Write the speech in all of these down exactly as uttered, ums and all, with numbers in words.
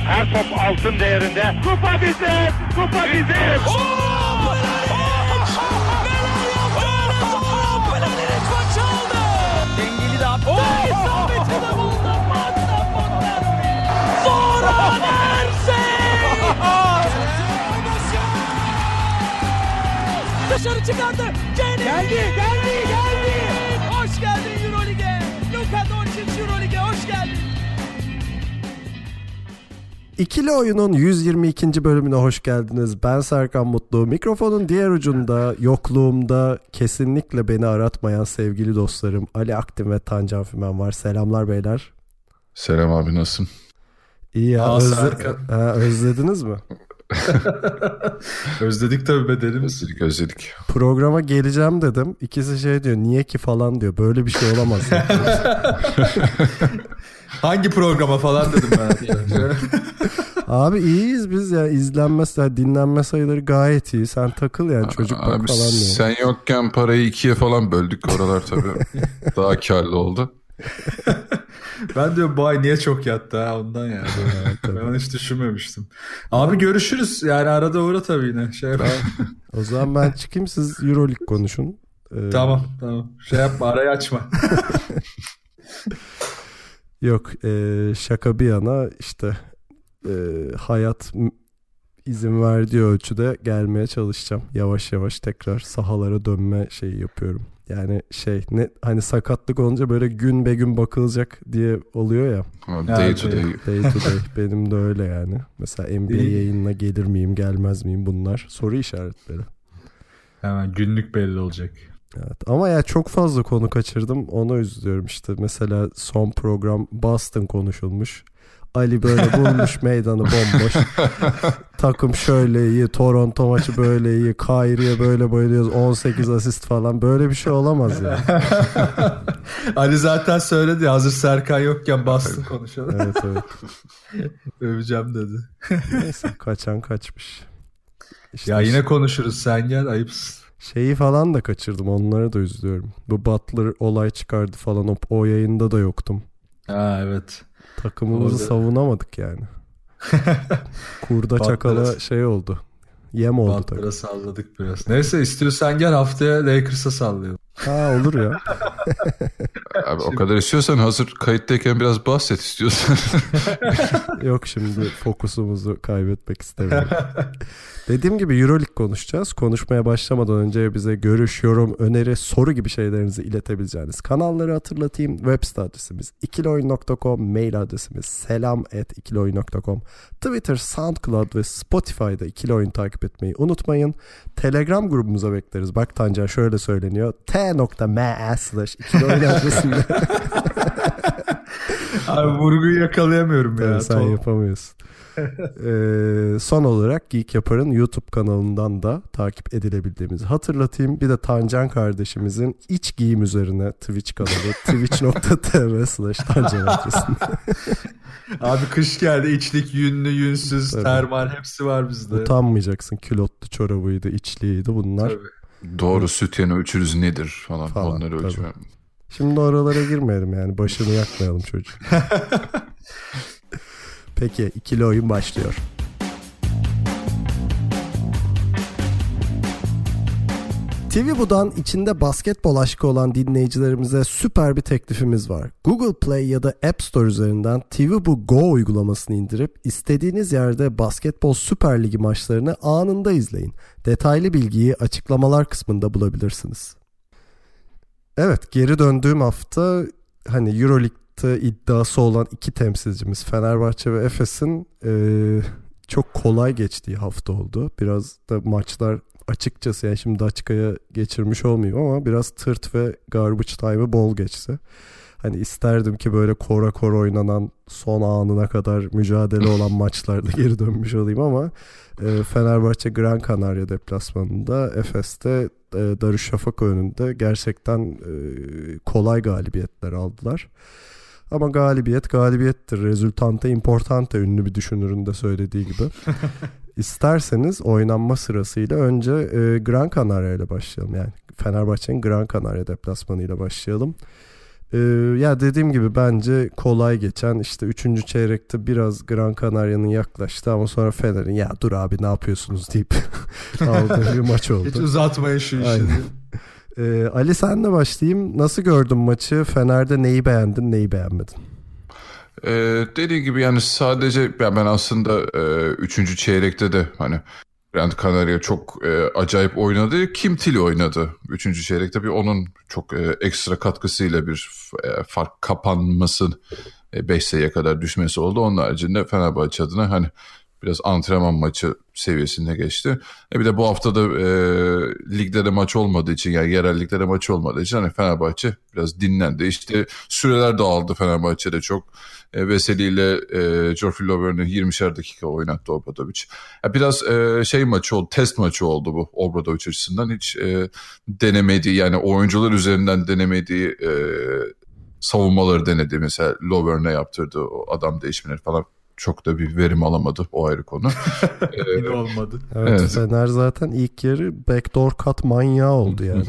Her top altın değerinde. Kupa bizim, kupa bizim. Oh, Mladenovic maçı aldı. Dengeli de attı. İsabeti de buldu. Marta Fondervi. Zoran Ersin. Dışarı çıkardı. Geldi, geldi, geldi. Hoş geldin Euroleague'e. Luka Doncic Euroleague'e hoş geldin. İkili Oyun'un yüz yirmi ikinci bölümüne hoş geldiniz. Ben Serkan Mutlu. Mikrofonun diğer ucunda, yokluğumda kesinlikle beni aratmayan sevgili dostlarım Ali Aktin ve Tancan Fümen var. Selamlar beyler. Selam abi, nasılsın? İyi ya. Özle... Ha, özlediniz mi? Özledik tabii bedelimiz. Özledik özledik. Programa geleceğim dedim. İkisi şey diyor, niye ki falan diyor. Böyle bir şey olamaz. Hangi programa falan dedim ben. Abi iyiyiz biz ya. İzlenme, dinlenme sayıları gayet iyi. Sen takıl yani, çocuk bak falan diyor. Sen yokken parayı ikiye falan böldük. Oralar tabii daha karlı oldu. Ben diyorum bu ay niye çok yattı ha, ondan yani. Ben hiç düşünmemiştim. Abi görüşürüz yani, arada uğra tabii yine. Şey o zaman ben çıkayım, siz Euroleague konuşun. Ee... Tamam tamam. Şey yapma, arayı açma. Yok e, şaka bir yana işte e, hayat izin verdiği ölçüde gelmeye çalışacağım. Yavaş yavaş tekrar sahalara dönme şeyi yapıyorum. Yani şey ne hani sakatlık olunca böyle gün be gün bakılacak diye oluyor ya. Day to day. Day to day. Benim de öyle yani. Mesela N B A yayınına gelir miyim gelmez miyim, bunlar soru işaretleri. Hemen günlük belli olacak. Evet, ama ya çok fazla konu kaçırdım, ona üzülüyorum işte. Mesela son program Boston konuşulmuş. Ali böyle bulmuş meydanı bomboş. Takım şöyle iyi, Toronto maçı böyle iyi, Kyrie'ye böyle bayılıyoruz, on sekiz asist falan. Böyle bir şey olamaz ya. Yani. Ali zaten söyledi, hazır Serkan yokken Boston konuşalım. Evet evet. Öveceğim dedi. Neyse, kaçan kaçmış. İşte ya yine konuşuruz, sen gel, ayıpsın. Şeyi falan da kaçırdım, onları da üzülüyorum. Bu Butler olay çıkardı falan, o, o yayında da yoktum. Ha evet. Takımımızı orada savunamadık yani. Kurda çakala şey oldu. Yem oldu tabii. Butler'a salladık biraz. Neyse, istiyorsan gel haftaya Lakers'a sallayalım. Ha olur ya. Abi o kadar istiyorsan hazır kayıttayken biraz bahset istiyorsan. Yok, şimdi fokusumuzu kaybetmek istemiyorum. Dediğim gibi Euroleague konuşacağız. Konuşmaya başlamadan önce bize görüş, yorum, öneri, soru gibi şeylerinizi iletebileceğiniz kanalları hatırlatayım. Web site adresimiz ikiloyun nokta com, mail adresimiz selam at ikiloyun nokta com, Twitter, SoundCloud ve Spotify'da ikiloyun takip etmeyi unutmayın. Telegram grubumuza bekleriz. Bak Tancan şöyle söyleniyor. t.me slash ikiloyun adresinde. Abi vurguyu yakalayamıyorum ya. Sen Tom. Yapamıyorsun. ee, son olarak Geek Yapar'ın YouTube kanalından da takip edilebildiğimizi hatırlatayım. Bir de Tancan kardeşimizin iç giyim üzerine Twitch kanalı twitch nokta tv slash tancan adresinde. Abi kış geldi, içlik, yünlü, yünsüz, tabii. Termal hepsi var bizde. Utanmayacaksın, külotlu çorabıydı, içliydi bunlar. Tabii. Doğru sütyeni ölçünüz nedir falan, falan onları ölçüyorum. Şimdi oralara girmeyelim yani, başını yakmayalım çocuğu. Peki, ikili oyun başlıyor. T V Bu'dan içinde basketbol aşkı olan dinleyicilerimize süper bir teklifimiz var. Google Play ya da App Store üzerinden T V Bu Go uygulamasını indirip istediğiniz yerde Basketbol Süper Ligi maçlarını anında izleyin. Detaylı bilgiyi açıklamalar kısmında bulabilirsiniz. Evet, geri döndüğüm hafta hani Euroleague'de iddiası olan iki temsilcimiz Fenerbahçe ve Efes'in e, çok kolay geçtiği hafta oldu. Biraz da maçlar açıkçası, yani şimdi açıkaya geçirmiş olmayayım ama biraz tırt ve garbage time'ı bol geçti. Hani isterdim ki böyle kora kora oynanan, son anına kadar mücadele olan maçlarda geri dönmüş olayım ama e, Fenerbahçe Gran Canaria deplasmanında, Efes'te e, Darüşşafaka önünde gerçekten e, kolay galibiyetler aldılar. Ama galibiyet galibiyettir. Resultante importante, ünlü bir düşünürün de söylediği gibi. İsterseniz oynanma sırasıyla önce e, Gran Canaria ile başlayalım. Yani Fenerbahçe'nin Gran Canaria deplasmanı ile başlayalım. Ee, ya dediğim gibi bence kolay geçen, işte üçüncü çeyrekte biraz Gran Canaria'nın yaklaştı ama sonra Fener'in ya dur abi ne yapıyorsunuz deyip aldığı bir maç oldu. Hiç uzatmayın şu işi. Ee, Ali senle başlayayım. Nasıl gördün maçı? Fener'de neyi beğendin, neyi beğenmedin? Ee, dediğim gibi yani sadece ya ben aslında e, üçüncü çeyrekte de hani Gran Canaria çok e, acayip oynadı. Kim Till oynadı üçüncü çeyrekte. Bir onun çok e, ekstra katkısıyla bir e, fark kapanması, e, beş sayıya kadar düşmesi oldu. Onun haricinde Fenerbahçe adına hani biraz antrenman maçı seviyesinde geçti. E bir de bu hafta da e, ligde de maç olmadığı için, yani yerel ligde de maç olmadığı için hani Fenerbahçe biraz dinlendi. İşte süreler dağıldı Fenerbahçe'de çok. E, Veseli ile e, Geoffrey Lauver'ını yirmişer dakika oynattı Obradovic. Yani biraz e, şey maçı oldu, test maçı oldu bu Obradovic açısından. Hiç e, denemediği, yani oyuncular üzerinden denemediği e, savunmaları denedi. Mesela Lauver'ne yaptırdı o adam değişimleri falan. Çok da bir verim alamadı, o ayrı konu. Yine olmadı. Evet, evet. Fener zaten ilk yarı backdoor cut manyağı oldu yani.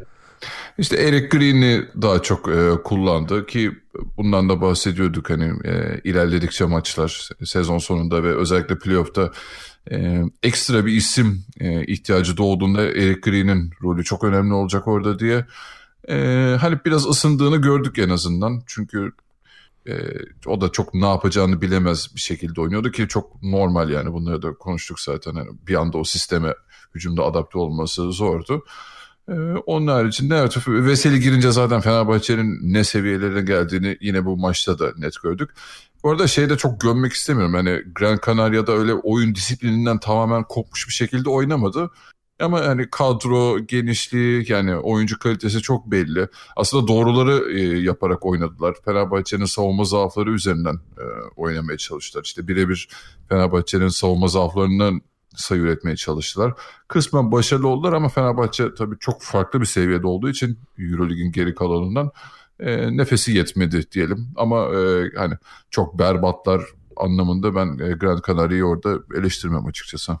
İşte Eric Green'i daha çok e, kullandı ki bundan da bahsediyorduk hani e, ilerledikçe maçlar sezon sonunda ve özellikle playoff'ta e, ekstra bir isim e, ihtiyacı doğduğunda Eric Green'in rolü çok önemli olacak orada diye. E, hani biraz ısındığını gördük en azından, çünkü e, o da çok ne yapacağını bilemez bir şekilde oynuyordu ki çok normal, yani bunları da konuştuk zaten. Yani bir anda o sisteme hücumda adapte olması zordu. Ee, onun haricinde evet, Veseli girince zaten Fenerbahçe'nin ne seviyelere geldiğini yine bu maçta da net gördük. Bu arada şeyi de çok gömmek istemiyorum. Yani Gran Canaria'da öyle oyun disiplininden tamamen kopmuş bir şekilde oynamadı. Ama yani kadro genişliği, yani oyuncu kalitesi çok belli. Aslında doğruları e, yaparak oynadılar. Fenerbahçe'nin savunma zaafları üzerinden e, oynamaya çalıştılar. İşte birebir Fenerbahçe'nin savunma zaaflarından sayı üretmeye çalıştılar. Kısmen başarılı oldular ama Fenerbahçe tabii çok farklı bir seviyede olduğu için Euroleague'in geri kalanından e, nefesi yetmedi diyelim. Ama e, hani çok berbatlar anlamında ben e, Gran Canaria'yı orada eleştirmem açıkçası.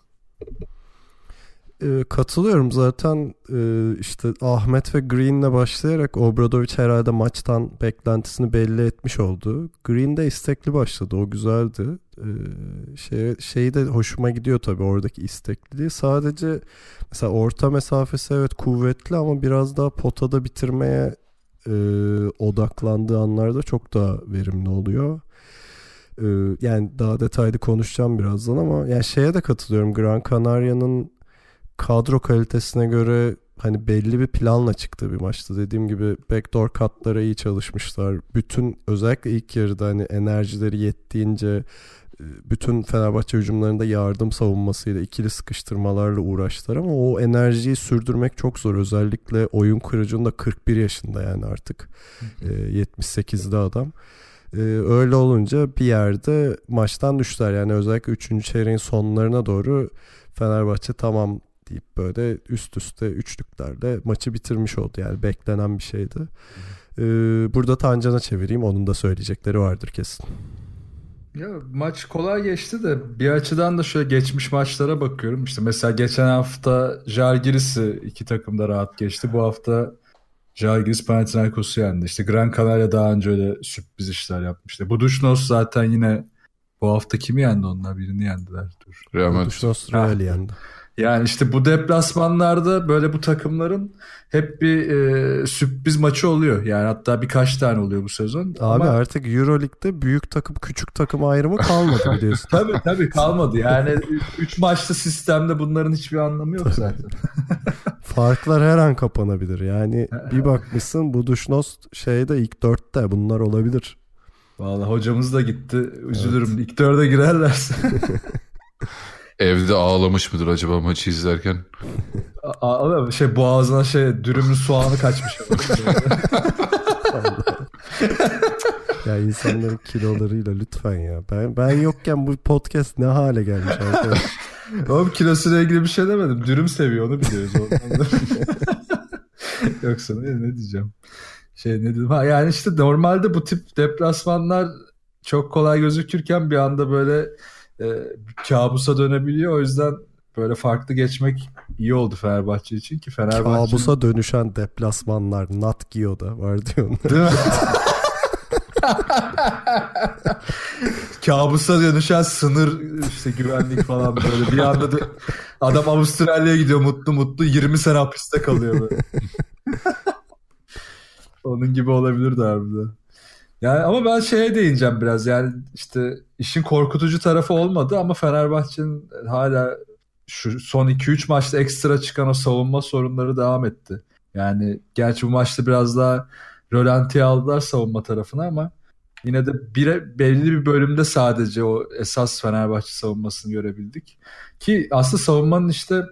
E, katılıyorum zaten. E, işte Ahmet ve Green'le başlayarak Obradovic herhalde maçtan beklentisini belli etmiş oldu. Green de istekli başladı, o güzeldi. E, şey, şeyi de hoşuma gidiyor tabii oradaki istekliliği. Sadece mesela orta mesafesi evet kuvvetli ama biraz daha potada bitirmeye e, odaklandığı anlarda çok daha verimli oluyor. E, yani daha detaylı konuşacağım birazdan ama yani şeye de katılıyorum. Gran Canaria'nın kadro kalitesine göre hani belli bir planla çıktığı bir maçtı. Dediğim gibi backdoor cut'lara iyi çalışmışlar. Bütün özellikle ilk yarıda hani enerjileri yettiğince bütün Fenerbahçe hücumlarında yardım savunmasıyla, ikili sıkıştırmalarla uğraştılar ama o enerjiyi sürdürmek çok zor. Özellikle oyun kurucunun da kırk bir yaşında yani artık. e, yetmiş sekizde adam. E, öyle olunca bir yerde maçtan düştüler. Yani özellikle üçüncü çeyreğin sonlarına doğru Fenerbahçe tamam deyip böyle üst üste üçlüklerle maçı bitirmiş oldu. Yani beklenen bir şeydi. Ee, burada Tancan'a çevireyim. Onun da söyleyecekleri vardır kesin. Ya maç kolay geçti de bir açıdan da şöyle geçmiş maçlara bakıyorum. İşte mesela geçen hafta Žalgiris'i iki takım da rahat geçti. Bu hafta Žalgiris Panathinaikos'u yendi. İşte Gran Canaria daha önce öyle sürpriz işler yapmıştı. Budućnost zaten yine bu hafta kimi yendi onlar? Birini yendiler. Dur. Budućnost Real'i yendi. Yani işte bu deplasmanlarda böyle bu takımların hep bir e, sürpriz maçı oluyor. Yani hatta birkaç tane oluyor bu sezon. Abi ama artık Euroleague'de büyük takım küçük takım ayrımı kalmadı biliyorsun. tabii tabii kalmadı. Yani üç maçlı sistemde bunların hiçbir anlamı yok zaten. Farklar her an kapanabilir. Yani bir bakmışsın Budućnost şeyde ilk dörtte, bunlar olabilir. Vallahi hocamız da gitti. Üzülürüm. Evet. İlk dörde girerlerse. Evde ağlamış mıdır acaba maçı izlerken? A- şey boğazına şey dürümün soğanı kaçmış. Ya insanların kilolarıyla lütfen ya. Ben ben yokken bu podcast ne hale gelmiş arkadaşlar. Oğlum kilosuyla ilgili bir şey demedim. Dürüm seviyor, onu biliyoruz. Yoksa ne, ne diyeceğim? Şey ne dedim? Ha, yani işte normalde bu tip deplasmanlar çok kolay gözükürken bir anda böyle e, kabusa dönebiliyor. O yüzden böyle farklı geçmek iyi oldu Fenerbahçe için ki Fenerbahçe... Kabusa dönüşen deplasmanlar Nat Geo'da var diyor. Değil mi? Kabusa dönüşen sınır işte güvenlik falan böyle. Bir anda da adam Avustralya'ya gidiyor mutlu mutlu yirmi sene hapiste kalıyor böyle. Onun gibi olabilir de harbiden. Yani ama ben şeye değineceğim biraz. Yani işte işin korkutucu tarafı olmadı ama Fenerbahçe'nin hala şu son iki üç maçta ekstra çıkan o savunma sorunları devam etti. Yani gerçi bu maçta biraz daha rölantiye aldılar savunma tarafına ama yine de bir, belli bir bölümde sadece o esas Fenerbahçe savunmasını görebildik. Ki aslında savunmanın işte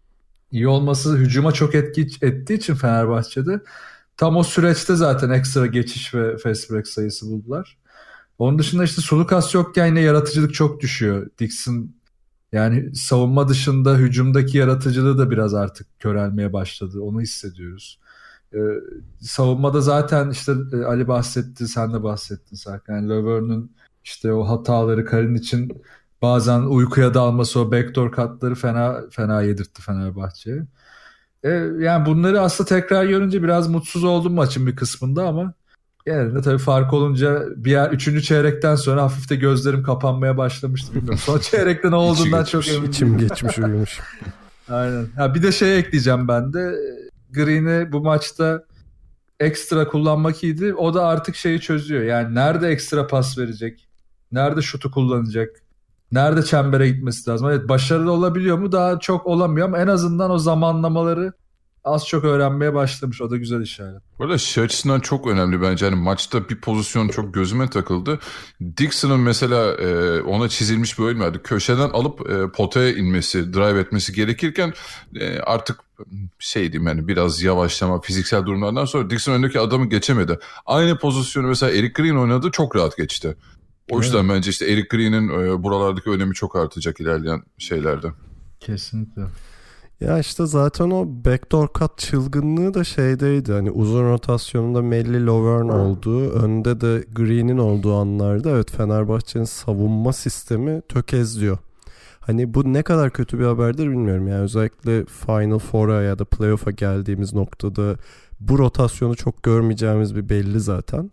iyi olması hücuma çok etki ettiği için Fenerbahçe'de tam o süreçte zaten ekstra geçiş ve fast break sayısı buldular. Onun dışında işte Sulukas yokken yine yaratıcılık çok düşüyor. Dixon yani savunma dışında hücumdaki yaratıcılığı da biraz artık körelmeye başladı. Onu hissediyoruz. Ee, savunmada zaten işte e, Ali bahsetti, sen de bahsettin Serkan. Yani Löwen'ün işte o hataları Karin için bazen uykuya dalması, o backdoor katları fena fena yedirtti Fenerbahçe'ye. Ee, yani bunları aslında tekrar görünce biraz mutsuz oldum maçın bir kısmında ama genelde tabii fark olunca bir yer, üçüncü çeyrekten sonra hafif de gözlerim kapanmaya başlamıştı. Bilmiyorum. Son çeyrekte ne olduğundan çok emin değilim. İçim geçmiş uyumuş. Aynen. Ha, bir de şey ekleyeceğim ben de. Green'i bu maçta ekstra kullanmak iyiydi. O da artık şeyi çözüyor. Yani nerede ekstra pas verecek? Nerede şutu kullanacak? Nerede çembere gitmesi lazım? Evet, başarılı olabiliyor mu? Daha çok olamıyor ama en azından o zamanlamaları az çok öğrenmeye başlamış. O da güzel işaret. Bu arada şey açısından çok önemli bence. Yani maçta bir pozisyon çok gözüme takıldı. Dixon'ın mesela e, ona çizilmiş bir oyun vardı. Köşeden alıp e, potaya inmesi, drive etmesi gerekirken e, artık şey diyeyim yani biraz yavaşlama, fiziksel durumlardan sonra Dixon öndeki adamı geçemedi. Aynı pozisyonu mesela Eric Green oynadı, çok rahat geçti. O yüzden evet. Bence işte Eric Green'in e, buralardaki önemi çok artacak ilerleyen şeylerde. Kesinlikle. Ya işte zaten o backdoor cut çılgınlığı da şeydeydi. Hani uzun rotasyonunda Melli Lovern olduğu, önde de Green'in olduğu anlarda evet Fenerbahçe'nin savunma sistemi tökezliyor. Hani bu ne kadar kötü bir haberdir bilmiyorum. Yani özellikle Final Four'a ya da Playoff'a geldiğimiz noktada bu rotasyonu çok görmeyeceğimiz bir belli zaten.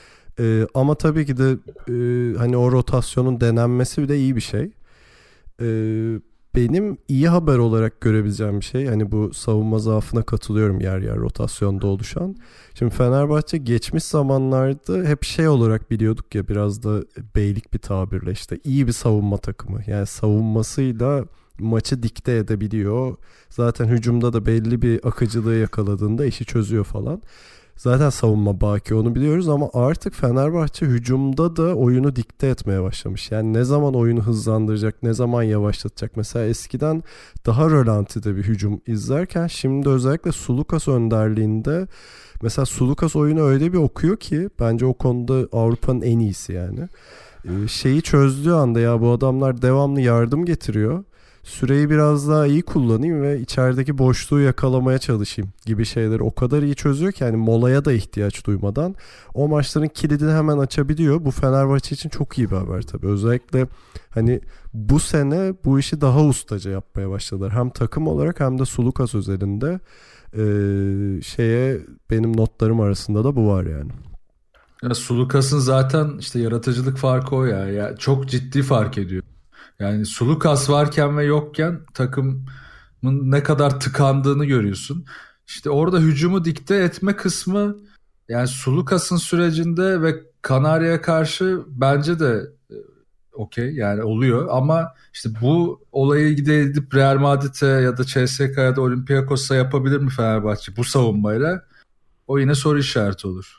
Ee, ama tabii ki de e, hani o rotasyonun denenmesi bile iyi bir şey. Ee, benim iyi haber olarak görebileceğim bir şey, hani bu savunma zaafına katılıyorum yer yer rotasyonda oluşan. Şimdi Fenerbahçe geçmiş zamanlarda hep şey olarak biliyorduk ya, biraz da beylik bir tabirle işte iyi bir savunma takımı. Yani savunmasıyla maçı dikte edebiliyor. Zaten hücumda da belli bir akıcılığı yakaladığında işi çözüyor falan. Zaten savunma baki, onu biliyoruz ama artık Fenerbahçe hücumda da oyunu dikte etmeye başlamış. Yani ne zaman oyunu hızlandıracak, ne zaman yavaşlatacak. Mesela eskiden daha rölantide bir hücum izlerken şimdi özellikle Sulukas önderliğinde mesela Sulukas oyunu öyle bir okuyor ki bence o konuda Avrupa'nın en iyisi yani. Ee, şeyi çözdüğü anda ya bu adamlar devamlı yardım getiriyor. Süreyi biraz daha iyi kullanayım ve içerideki boşluğu yakalamaya çalışayım gibi şeyleri o kadar iyi çözüyor ki yani molaya da ihtiyaç duymadan o maçların kilidini hemen açabiliyor. Bu Fenerbahçe için çok iyi bir haber tabii. Özellikle hani bu sene bu işi daha ustaca yapmaya başladılar. Hem takım olarak hem de Sulukas özelinde ee, şeye benim notlarım arasında da bu var yani. Ya Sulukas'ın zaten işte yaratıcılık farkı o ya. Ya çok ciddi fark ediyor. Yani Sulukas varken ve yokken takımın ne kadar tıkandığını görüyorsun. İşte orada hücumu dikte etme kısmı yani Sulukas'ın sürecinde ve Kanarya'ya karşı bence de e, okey yani oluyor. Ama işte bu olayı gidip Real Madrid'e ya da C S K ya da Olympiakos'a yapabilir mi Fenerbahçe bu savunmayla? O yine soru işareti olur.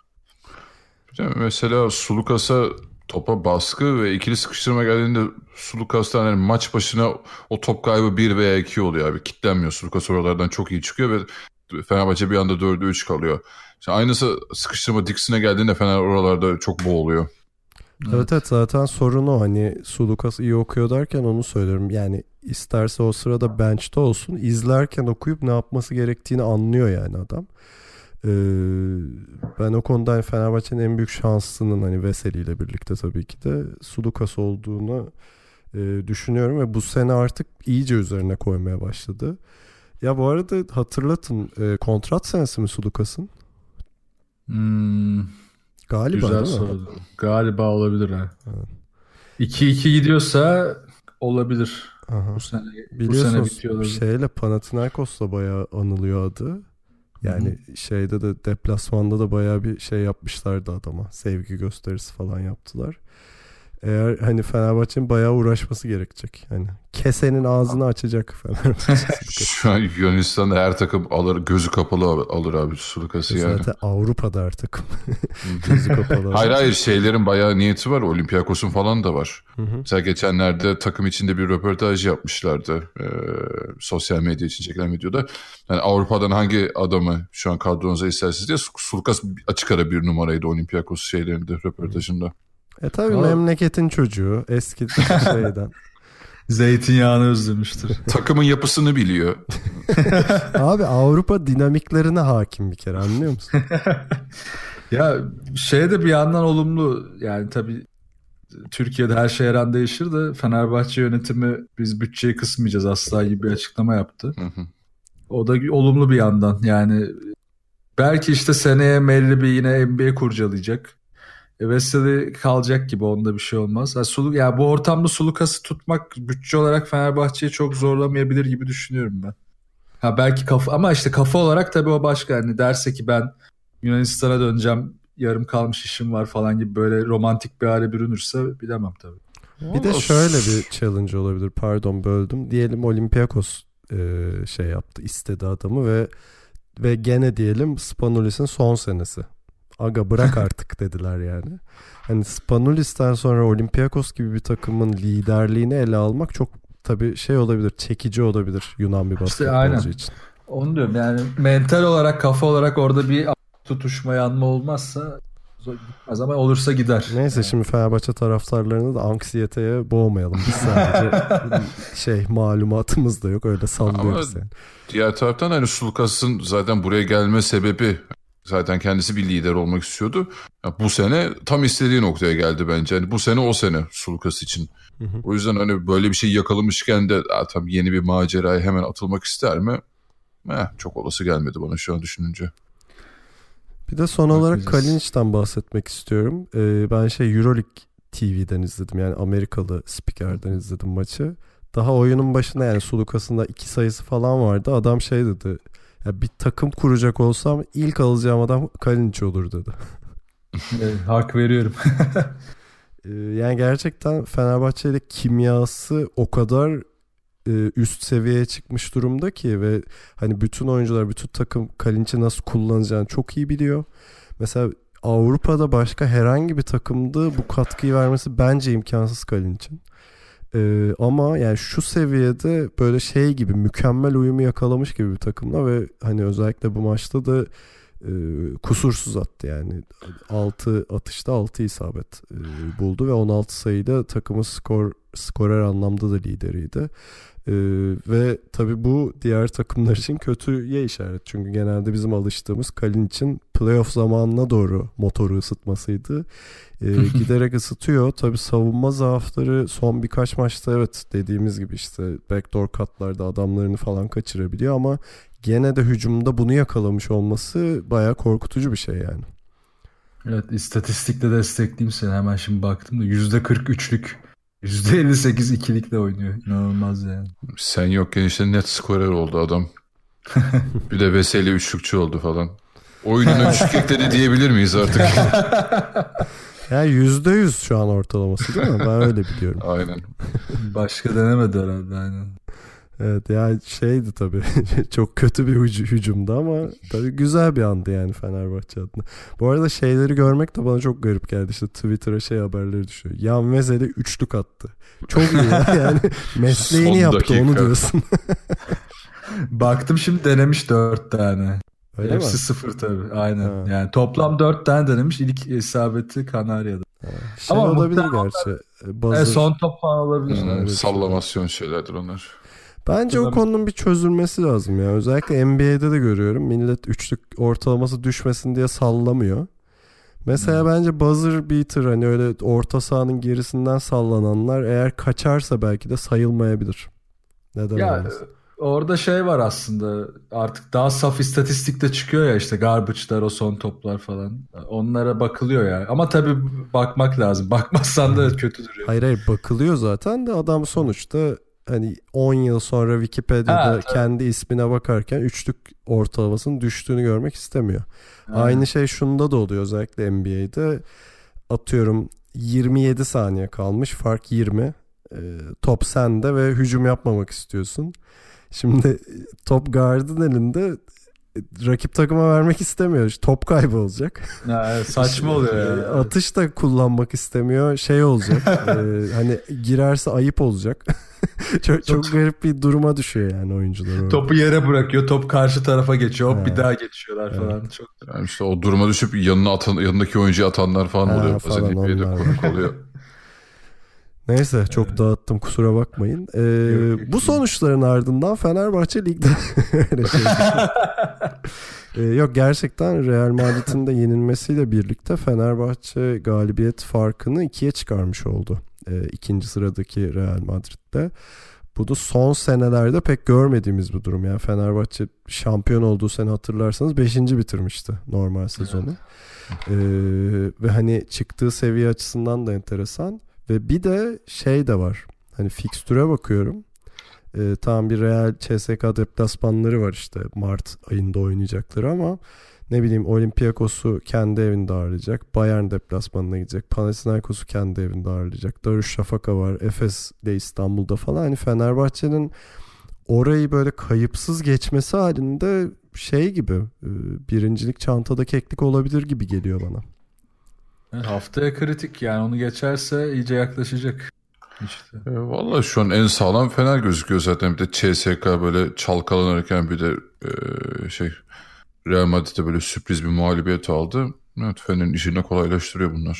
Mesela Sulukas'a topa baskı ve ikili sıkıştırma geldiğinde Sulukas'tan yani maç başına o top kaybı bir veya iki oluyor abi. Kitlenmiyor. Sulukas oralardan çok iyi çıkıyor ve Fenerbahçe bir anda dörde üç kalıyor. İşte aynısı sıkıştırma Dixon'a geldiğinde Fener oralarda çok boğuluyor. Evet. evet evet zaten sorun o, hani Sulukas iyi okuyor derken onu söylüyorum. Yani isterse o sırada bench'te olsun, izlerken okuyup ne yapması gerektiğini anlıyor yani adam. Ee, ben o konuda hani Fenerbahçe'nin en büyük şansının hani Veseli ile birlikte tabii ki de Sulukas olduğunu e, düşünüyorum ve bu sene artık iyice üzerine koymaya başladı. Ya bu arada hatırlatın, e, kontrat senesi mi Sulukas'ın? Hmm, Galiba Güzel değil mi? sordu. Galiba olabilir ha. iki iki gidiyorsa olabilir. Aha. Bu sene, bu sene Biliyorsunuz bitiyor olabilir. şeyle Panathinaikos'la bayağı anılıyor adı. Yani Hı-hı. şeyde de deplasmanda da bayağı bir şey yapmışlardı adama. Sevgi gösterisi falan yaptılar. Eğer hani Fenerbahçe'nin bayağı uğraşması gerekecek. Hani kesenin ağzını açacak Fenerbahçe. Şu an Yunanistan'da her takım alır, gözü kapalı alır abi Sulukas'ı yani. Zaten Avrupa'da her takım gözü kapalı. Hayır hayır şeylerin bayağı niyeti var. Olympiakos'un falan da var. Hı hı. Mesela geçenlerde takım içinde bir röportaj yapmışlardı. E, sosyal medya için çekilen videoda. Yani Avrupa'dan hangi adamı şu an kadronuza istersiniz diye Sulukas açık ara bir numaraydı Olympiakos şeylerinde röportajında. E tabii Aa. memleketin çocuğu eski şeyden. Zeytinyağını özlemiştir. Takımın yapısını biliyor. Abi Avrupa dinamiklerine hakim bir kere, anlıyor musun? Ya şey de bir yandan olumlu yani tabii Türkiye'de her şey her an değişir de Fenerbahçe yönetimi biz bütçeyi kısmayacağız asla gibi bir açıklama yaptı. Hı hı. O da olumlu bir yandan yani belki işte seneye Melli bir yine N B A kurcalayacak. E, Veseli kalacak gibi, onda bir şey olmaz. Yani, Suluk, yani bu ortamda Sulukas'ı tutmak bütçe olarak Fenerbahçe'yi çok zorlamayabilir gibi düşünüyorum ben. Ha belki kafa, ama işte kafa olarak tabii o başka. Yani derse ki ben Yunanistan'a döneceğim, yarım kalmış işim var falan gibi böyle romantik bir hale bürünürse bilemem tabii. Bir de şöyle bir challenge olabilir. Pardon böldüm. Diyelim Olympiakos e, şey yaptı, istedi adamı ve ve gene diyelim Spanulis'in son senesi. Aga bırak artık dediler yani. Hani Spanulis'ten sonra Olympiakos gibi bir takımın liderliğini ele almak çok tabii şey olabilir, çekici olabilir Yunan bir basketbolcu işte, için. Onu diyorum yani mental olarak, kafa olarak orada bir tutuşma, yanma olmazsa gitmez ama olursa gider. Neyse yani. Şimdi Fenerbahçe taraftarlarını da anksiyeteye boğmayalım. Biz sadece şey malumatımız da yok, öyle sallıyoruz ama yani. Diğer taraftan hani Sulukas'ın zaten buraya gelme sebebi zaten kendisi bir lider olmak istiyordu. Ya bu sene tam istediği noktaya geldi bence. Yani bu sene o sene Sulukas için. Hı hı. O yüzden hani böyle bir şey yakalamışken de tam yeni bir maceraya hemen atılmak ister mi? Eh, çok olası gelmedi bana şu an düşününce. Bir de son olarak Kalinic'ten bahsetmek istiyorum. Ee, ben şey Euroleague T V'den izledim. Yani Amerikalı spikerden izledim maçı. Daha oyunun başında yani Sulukas'ın da iki sayısı falan vardı. Adam şey dedi. Ya bir takım kuracak olsam ilk alacağım adam Kalinic olur dedi. Evet, hak veriyorum. Yani gerçekten Fenerbahçe ile kimyası o kadar üst seviyeye çıkmış durumda ki ve hani bütün oyuncular, bütün takım Kalinic'i nasıl kullanacağını çok iyi biliyor. Mesela Avrupa'da başka herhangi bir takımda bu katkıyı vermesi bence imkansız Kalinic'in. Ee, ama yani şu seviyede böyle şey gibi mükemmel uyumu yakalamış gibi bir takımla ve hani özellikle bu maçta da e, kusursuz attı yani. altı atışta altı isabet e, buldu ve on altı sayıyla takımın skor skorer anlamda da lideriydi. Ee, ve tabii bu diğer takımlar için kötüye işaret. Çünkü genelde bizim alıştığımız Kalinic'in playoff zamanına doğru motoru ısıtmasıydı. Ee, giderek ısıtıyor. Tabii savunma zaafları son birkaç maçta evet dediğimiz gibi işte backdoor cut'larda adamlarını falan kaçırabiliyor ama gene de hücumda bunu yakalamış olması bayağı korkutucu bir şey yani. Evet, istatistikle destekleyeyim seni. Hemen şimdi baktım da yüzde kırk üçlük yüzde elli sekiz ikilikle oynuyor. İnanılmaz yani. Sen yokken işte net skorer oldu adam. Bir de Veseli üçlükçü oldu falan. Oyununa üçlük ekledi diyebilir miyiz artık? Yani yüzde yüz şu an ortalaması değil mi? Ben öyle biliyorum. Aynen. Başka denemedi herhalde aynen. Evet yani şeydi tabii çok kötü bir hüc- hücumdu ama tabii güzel bir andı yani Fenerbahçe adına. Bu arada şeyleri görmek de bana çok garip geldi. İşte Twitter'a şey haberleri düşüyor. Yan Vezeli üçlük attı. Çok iyi ya yani mesleğini son yaptı dakika. Onu diyorsun. Baktım şimdi denemiş dört tane. Öyle Hepsi mi? Sıfır tabii aynen. Ha. Yani toplam dört tane denemiş. İlk isabeti Kanarya'da. Ha. Şey ama olabilir gerçi. Buzzer... E, son top falan olabilir. Hmm, sallamasyon şeylerdir onlar. Bence o konunun bir çözülmesi lazım ya. Özellikle N B A'de de görüyorum. Millet üçlük ortalaması düşmesin diye sallamıyor. Mesela hmm. bence buzzer beater hani öyle orta sahanın gerisinden sallananlar eğer kaçarsa belki de sayılmayabilir. Neden ya, olmaz? orada şey var aslında, artık daha saf istatistik de çıkıyor ya, işte garbage'lar, o son toplar falan. Onlara bakılıyor ya. Ama tabii bakmak lazım. Bakmazsan da kötü duruyor. Hayır hayır bakılıyor zaten de adam sonuçta hani on yıl sonra Wikipedia'da Ha, kendi ismine bakarken üçlük ortalamasının düştüğünü görmek istemiyor. Aynen. Aynı şey şunda da oluyor, özellikle N B A'de. Atıyorum yirmi yedi saniye kalmış, fark yirmi. E, top sende ve hücum yapmamak istiyorsun. Şimdi top guard'ın elinde, rakip takıma vermek istemiyor. Top kaybı olacak. Ya, saçma oluyor ya. Atış da kullanmak istemiyor. Şey olacak. e, hani girerse ayıp olacak. çok çok garip bir duruma düşüyor yani oyuncular orada. Topu yere bırakıyor. Top karşı tarafa geçiyor. Hop, Ha. bir daha geçiyorlar Evet. falan. Çok Yani işte o duruma düşüp yanına atan, yanındaki oyuncuya atanlar falan Ha, oluyor. falan, Bazen N B A'de onlar. konuk oluyor. Neyse çok dağıttım, kusura bakmayın. Ee, Yok, yok, bu yok. sonuçların ardından Fenerbahçe ligde öyle şey. Ee, yok gerçekten Real Madrid'in de yenilmesiyle birlikte Fenerbahçe galibiyet farkını ikiye çıkarmış oldu. Ee, ikinci sıradaki Real Madrid'de. Bu da son senelerde pek görmediğimiz bir durum. Yani Fenerbahçe şampiyon olduğu sene hatırlarsanız beşinci bitirmişti normal sezonu. Ee, ve hani çıktığı seviye açısından da enteresan. Ve bir de şey de var. Hani fikstüre bakıyorum. Ee, tam bir Real C S K deplasmanları var işte. Mart ayında oynayacakları ama ne bileyim Olympiakos'u kendi evinde ağırlayacak. Bayern deplasmanına gidecek. Panathinaikos'u kendi evinde ağırlayacak. Darüşşafaka var. Efes de İstanbul'da falan. Hani Fenerbahçe'nin orayı böyle kayıpsız geçmesi halinde şey gibi, birincilik çantada keklik olabilir gibi geliyor bana. haftaya kritik yani, onu geçerse iyice yaklaşacak. İşte. E, Valla şu an en sağlam Fener gözüküyor zaten. Bir de C S K böyle çalkalanırken bir de e, şey Real Madrid'de böyle sürpriz bir mağlubiyet aldı. Evet, Fener'in işini kolaylaştırıyor bunlar.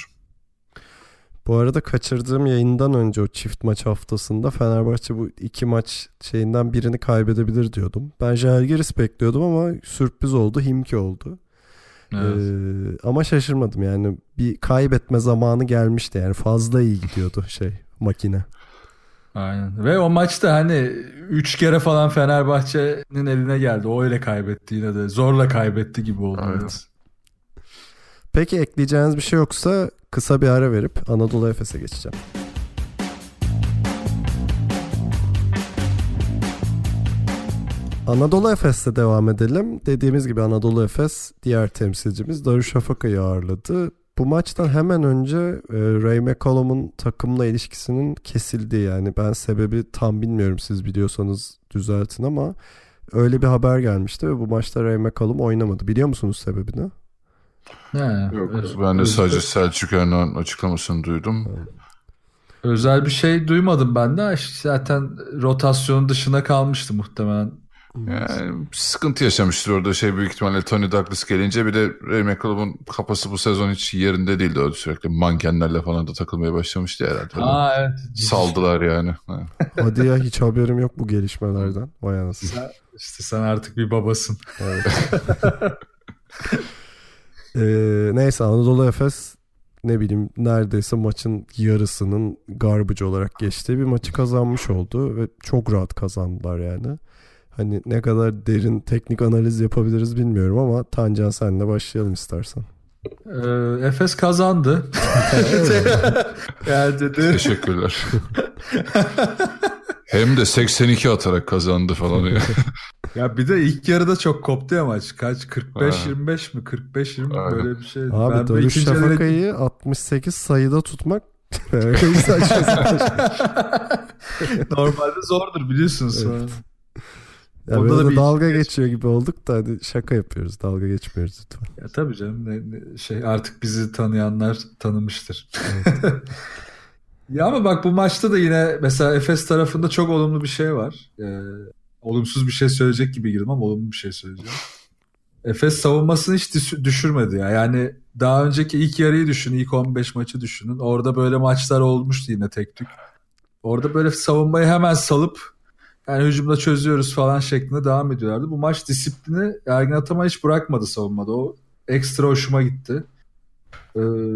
Bu arada kaçırdığım yayından önce o çift maç haftasında Fenerbahçe bu iki maç şeyinden birini kaybedebilir diyordum. Ben Žalgiris bekliyordum ama sürpriz oldu. Himki oldu. Evet. Ee, ama şaşırmadım yani, bir kaybetme zamanı gelmişti yani, fazla iyi gidiyordu şey makine. Aynen. Ve o maçta hani üç kere falan Fenerbahçe'nin eline geldi. O öyle kaybetti, yine de zorla kaybetti gibi oldu. Aynen. Evet. Peki ekleyeceğiniz bir şey yoksa kısa bir ara verip Anadolu Efes'e geçeceğim. Anadolu Efes'le devam edelim. Dediğimiz gibi Anadolu Efes diğer temsilcimiz Darüşşafaka'yı ağırladı. Bu maçtan hemen önce e, Ray McCallum'un takımla ilişkisinin kesildiği, yani ben sebebi tam bilmiyorum, siz biliyorsanız düzeltin ama öyle bir haber gelmişti ve bu maçta Ray McCallum oynamadı. Biliyor musunuz sebebini? He, Yok, evet. ben de Özel- sadece Selçuk Erdoğan açıklamasını duydum. Özel bir şey duymadım ben de. Zaten rotasyonun dışına kalmıştı muhtemelen. Yani sıkıntı yaşamıştır orada, şey büyük ihtimalle Tony Douglas gelince. Bir de Ray McCallum'un kafası bu sezon hiç yerinde değildi. Öyle sürekli mankenlerle falan da takılmaya başlamıştı herhalde. Öyle Aa, evet. saldılar yani. Ha. Hadi ya, hiç haberim yok bu gelişmelerden. Vay anasını. Sen, işte sen artık bir babasın. Evet. Ee, neyse Anadolu Efes ne bileyim neredeyse maçın yarısının garbage olarak geçtiği bir maçı kazanmış oldu ve çok rahat kazandılar yani. Hani ne kadar derin teknik analiz yapabiliriz bilmiyorum ama Tancan senle başlayalım istersen. Ee, Efes kazandı. Yani dedi. Teşekkürler. Hem de seksen iki atarak kazandı falan. Ya bir de ilk yarıda çok koptu ya maç. Kaç? kırk beş Ha. yirmi beş mi? kırk beş yirmi Aynen. böyle bir şey. Abi Ben bu ikinci yarıda- Darüşşafaka'yı altmış sekiz sayıda tutmak öyle saçma sapan. Normalde zordur biliyorsunuz. Evet. sonra. Ya Orada da böyle bir- dalga geçiyor gibi olduk da hadi şaka yapıyoruz. Dalga geçmiyoruz lütfen. Ya tabii canım, ne, ne- şey artık bizi tanıyanlar tanımıştır. Ya ama bak bu maçta da yine mesela Efes tarafında çok olumlu bir şey var. Ee, olumsuz bir şey söyleyecek gibi girdim ama olumlu bir şey söyleyeceğim. Efes savunmasını hiç düş- düşürmedi ya. Yani daha önceki ilk yarıyı düşünün, ilk on beş maçı düşünün. Orada böyle maçlar olmuştu yine tek tük. Orada böyle savunmayı hemen salıp yani hücumda çözüyoruz falan şeklinde devam ediyorlardı. Bu maç disiplini Ergin Ataman hiç bırakmadı savunmada. O ekstra hoşuma gitti. Ee,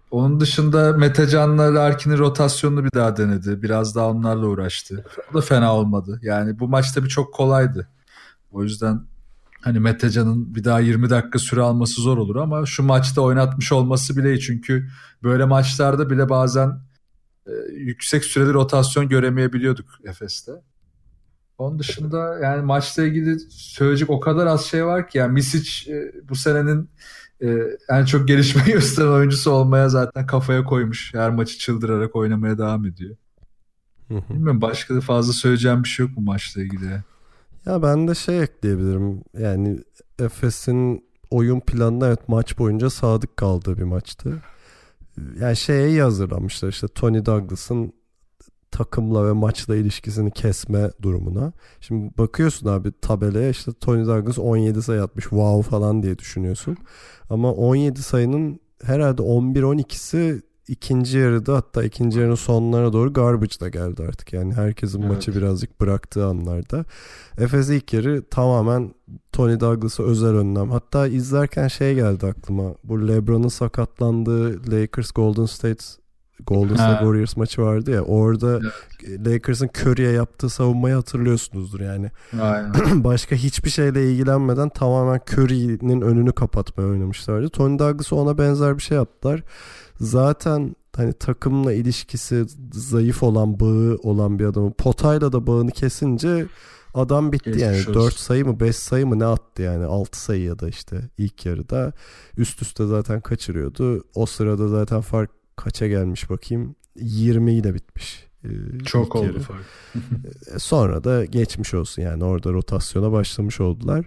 Onun dışında Metecan'la Larkin'in rotasyonunu bir daha denedi. Biraz daha onlarla uğraştı. O da fena olmadı. Yani bu maç tabii çok kolaydı. O yüzden hani Metecan'ın bir daha yirmi dakika süre alması zor olur ama şu maçta oynatmış olması bile iyi. Çünkü böyle maçlarda bile bazen e, yüksek süreli rotasyon göremeyebiliyorduk Efes'te. Onun dışında yani maçla ilgili söyleyecek o kadar az şey var ki. Yani Misic e, bu senenin e, en çok gelişme gösteren oyuncusu olmaya zaten kafaya koymuş. Her maçı çıldırarak oynamaya devam ediyor. Hı hı. Bilmiyorum, başka da fazla söyleyeceğim bir şey yok bu maçla ilgili. Ya ben de şey ekleyebilirim. Yani Efes'in oyun planına evet maç boyunca sadık kaldığı bir maçtı. Yani şeye iyi hazırlanmışlar işte Tony Douglas'ın takımla ve maçla ilişkisini kesme durumuna. Şimdi bakıyorsun abi tabelaya işte Tony Douglas on yedi sayı atmış wow falan diye düşünüyorsun. Ama on yedi sayının herhalde on bir on ikisi ikinci yarıda, hatta ikinci yarının sonlarına doğru garbage'da geldi artık. Yani herkesin evet. maçı birazcık bıraktığı anlarda. Efes ilk yarı tamamen Tony Douglas'a özel önlem. Hatta izlerken şey geldi aklıma. Bu LeBron'un sakatlandığı Lakers Golden State Golden State ha. Warriors maçı vardı ya. Orada evet. Lakers'ın Curry'e yaptığı savunmayı hatırlıyorsunuzdur yani. Aynen. Başka hiçbir şeyle ilgilenmeden tamamen Curry'nin önünü kapatmaya oynamışlardı. Tony Douglas'a ona benzer bir şey yaptılar. Zaten hani takımla ilişkisi zayıf olan, bağı olan bir adamın potayla da bağını kesince adam bitti. Geçmiş yani olsun. dört sayı mı beş sayı mı ne attı yani, altı sayı ya da işte ilk yarıda üst üste zaten kaçırıyordu. O sırada zaten fark kaça gelmiş bakayım, yirmi ile bitmiş. Ee, Çok oldu yarı. Fark. Sonra da geçmiş olsun yani, orada rotasyona başlamış oldular.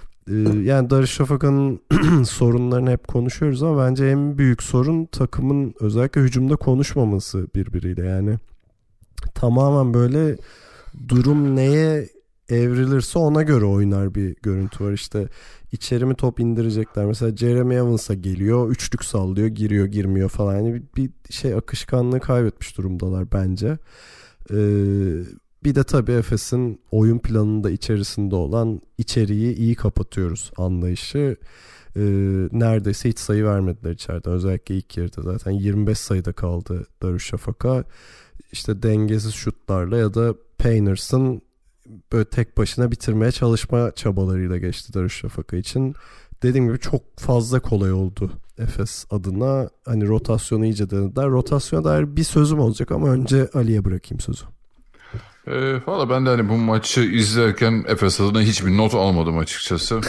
Yani Darüşşafaka'nın sorunlarını hep konuşuyoruz ama bence en büyük sorun takımın özellikle hücumda konuşmaması birbiriyle. Yani tamamen böyle durum neye evrilirse ona göre oynar bir görüntü var. İşte içeri mi top indirecekler, mesela Jeremy Evans'a geliyor, üçlük sallıyor, giriyor girmiyor falan, yani bir, bir şey akışkanlığı kaybetmiş durumdalar bence. Ee, Bir de tabii Efes'in oyun planında içerisinde olan içeriği iyi kapatıyoruz anlayışı. Ee, neredeyse hiç sayı vermediler içeriden. Özellikle ilk yarıda zaten yirmi beş sayıda kaldı Darüşşafaka. İşte dengesiz şutlarla ya da Payners'ın böyle tek başına bitirmeye çalışma çabalarıyla geçti Darüşşafaka için. Dediğim gibi çok fazla kolay oldu Efes adına. Hani rotasyonu iyice denediler. Rotasyona dair bir sözüm olacak ama önce Ali'ye bırakayım sözü. E, Valla ben de hani bu maçı izlerken Efes adına hiçbir not almadım açıkçası.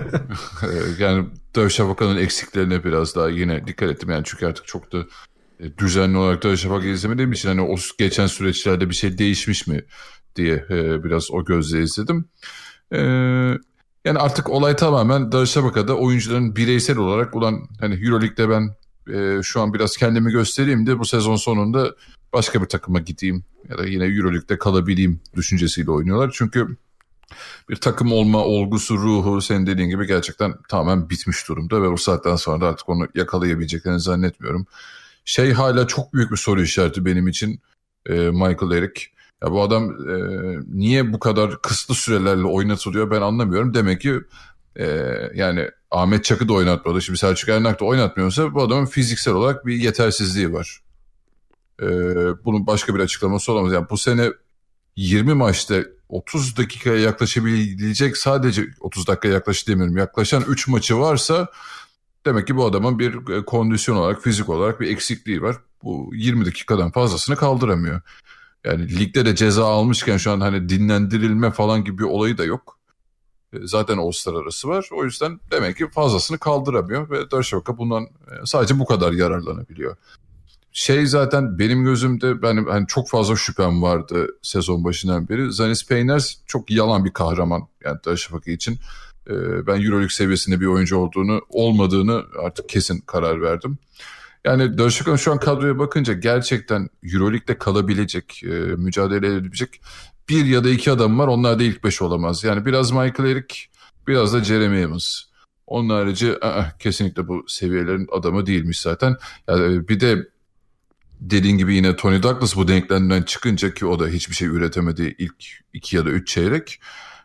e, yani Darüşşafaka'nın eksiklerine biraz daha yine dikkat ettim. Yani çünkü artık çok da e, düzenli olarak Darüşşafaka'yı izlemediğim için hani o geçen süreçlerde bir şey değişmiş mi diye e, biraz o gözle izledim. E, yani artık olay tamamen Darüşşafaka'da oyuncuların bireysel olarak ulan hani Euroleague'de ben e, şu an biraz kendimi göstereyim de bu sezon sonunda başka bir takıma gideyim ya da yine Euroleague'de kalabileyim düşüncesiyle oynuyorlar. Çünkü bir takım olma olgusu, ruhu senin dediğin gibi gerçekten tamamen bitmiş durumda ve o saatten sonra da artık onu yakalayabileceklerini zannetmiyorum. Şey hala çok büyük bir soru işareti benim için, e, Michael Eric. Ya bu adam e, niye bu kadar kısıtlı sürelerle oynatılıyor ben anlamıyorum. Demek ki e, yani Ahmet Çakı da oynatmadı. Şimdi Selçuk Ernak da oynatmıyorsa bu adamın fiziksel olarak bir yetersizliği var. Ee, bunun başka bir açıklaması olamaz. Yani bu sene yirmi maçta otuz dakikaya yaklaşabilecek, sadece otuz dakikaya yaklaş demiyorum, yaklaşan üç maçı varsa demek ki bu adamın bir kondisyon olarak, fizik olarak bir eksikliği var. Bu yirmi dakikadan fazlasını kaldıramıyor. Yani ligde de ceza almışken şu an hani dinlendirilme falan gibi bir olayı da yok. Zaten All-Star arası var. O yüzden demek ki fazlasını kaldıramıyor ve Darüşşafaka bundan sadece bu kadar yararlanabiliyor. Şey zaten benim gözümde benim hani çok fazla şüphem vardı sezon başından beri. Zanis Peyners çok yalan bir kahraman yani Darüşşafaka için. Ee, ben Euroleague seviyesinde bir oyuncu olduğunu, olmadığını artık kesin karar verdim. Yani Darüşşafaka'nın şu an kadroya bakınca gerçekten Euroleague'de kalabilecek, e, mücadele edebilecek bir ya da iki adam var. Onlar da ilk beş olamaz. Yani biraz Michael Eric, biraz da Jeremy Evans. Onun harici ı-ı, kesinlikle bu seviyelerin adamı değilmiş zaten. Yani bir de dediğin gibi yine Tony Douglas bu denklemden çıkınca, ki o da hiçbir şey üretemedi ilk iki ya da üç çeyrek.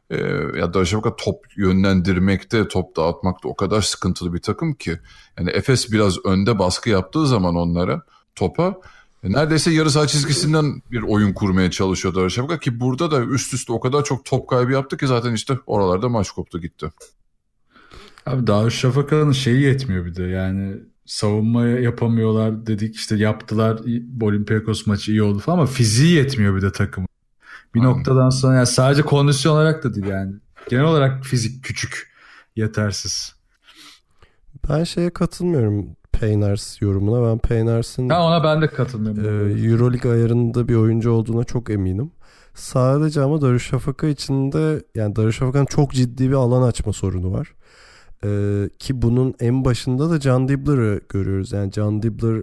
Ee, ya Darüşşafaka top yönlendirmekte, top dağıtmakta o kadar sıkıntılı bir takım ki. Yani Efes biraz önde baskı yaptığı zaman onlara, topa neredeyse yarı saha çizgisinden bir oyun kurmaya çalışıyor Darüşşafaka ki burada da üst üste o kadar çok top kaybı yaptı ki zaten işte oralarda maç koptu gitti. Abi Darüşşafaka'nın şeyi yetmiyor bir de yani savunma yapamıyorlar dedik işte yaptılar Olympiakos maçı iyi oldu falan ama fiziği yetmiyor bir de takımın. Bir Aynen. noktadan sonra yani sadece kondisyon olarak da değil yani genel olarak fizik küçük, yetersiz. Ben şeye katılmıyorum. Payners yorumuna. Ben Payners'in ha, ona ben de katılmıyorum. E, Euroleague ayarında bir oyuncu olduğuna çok eminim. Sadece ama Darüşşafaka içinde yani Darüşşafaka'nın çok ciddi bir alan açma sorunu var. E, ki bunun en başında da John Dibbler'ı görüyoruz. Yani John Dibbler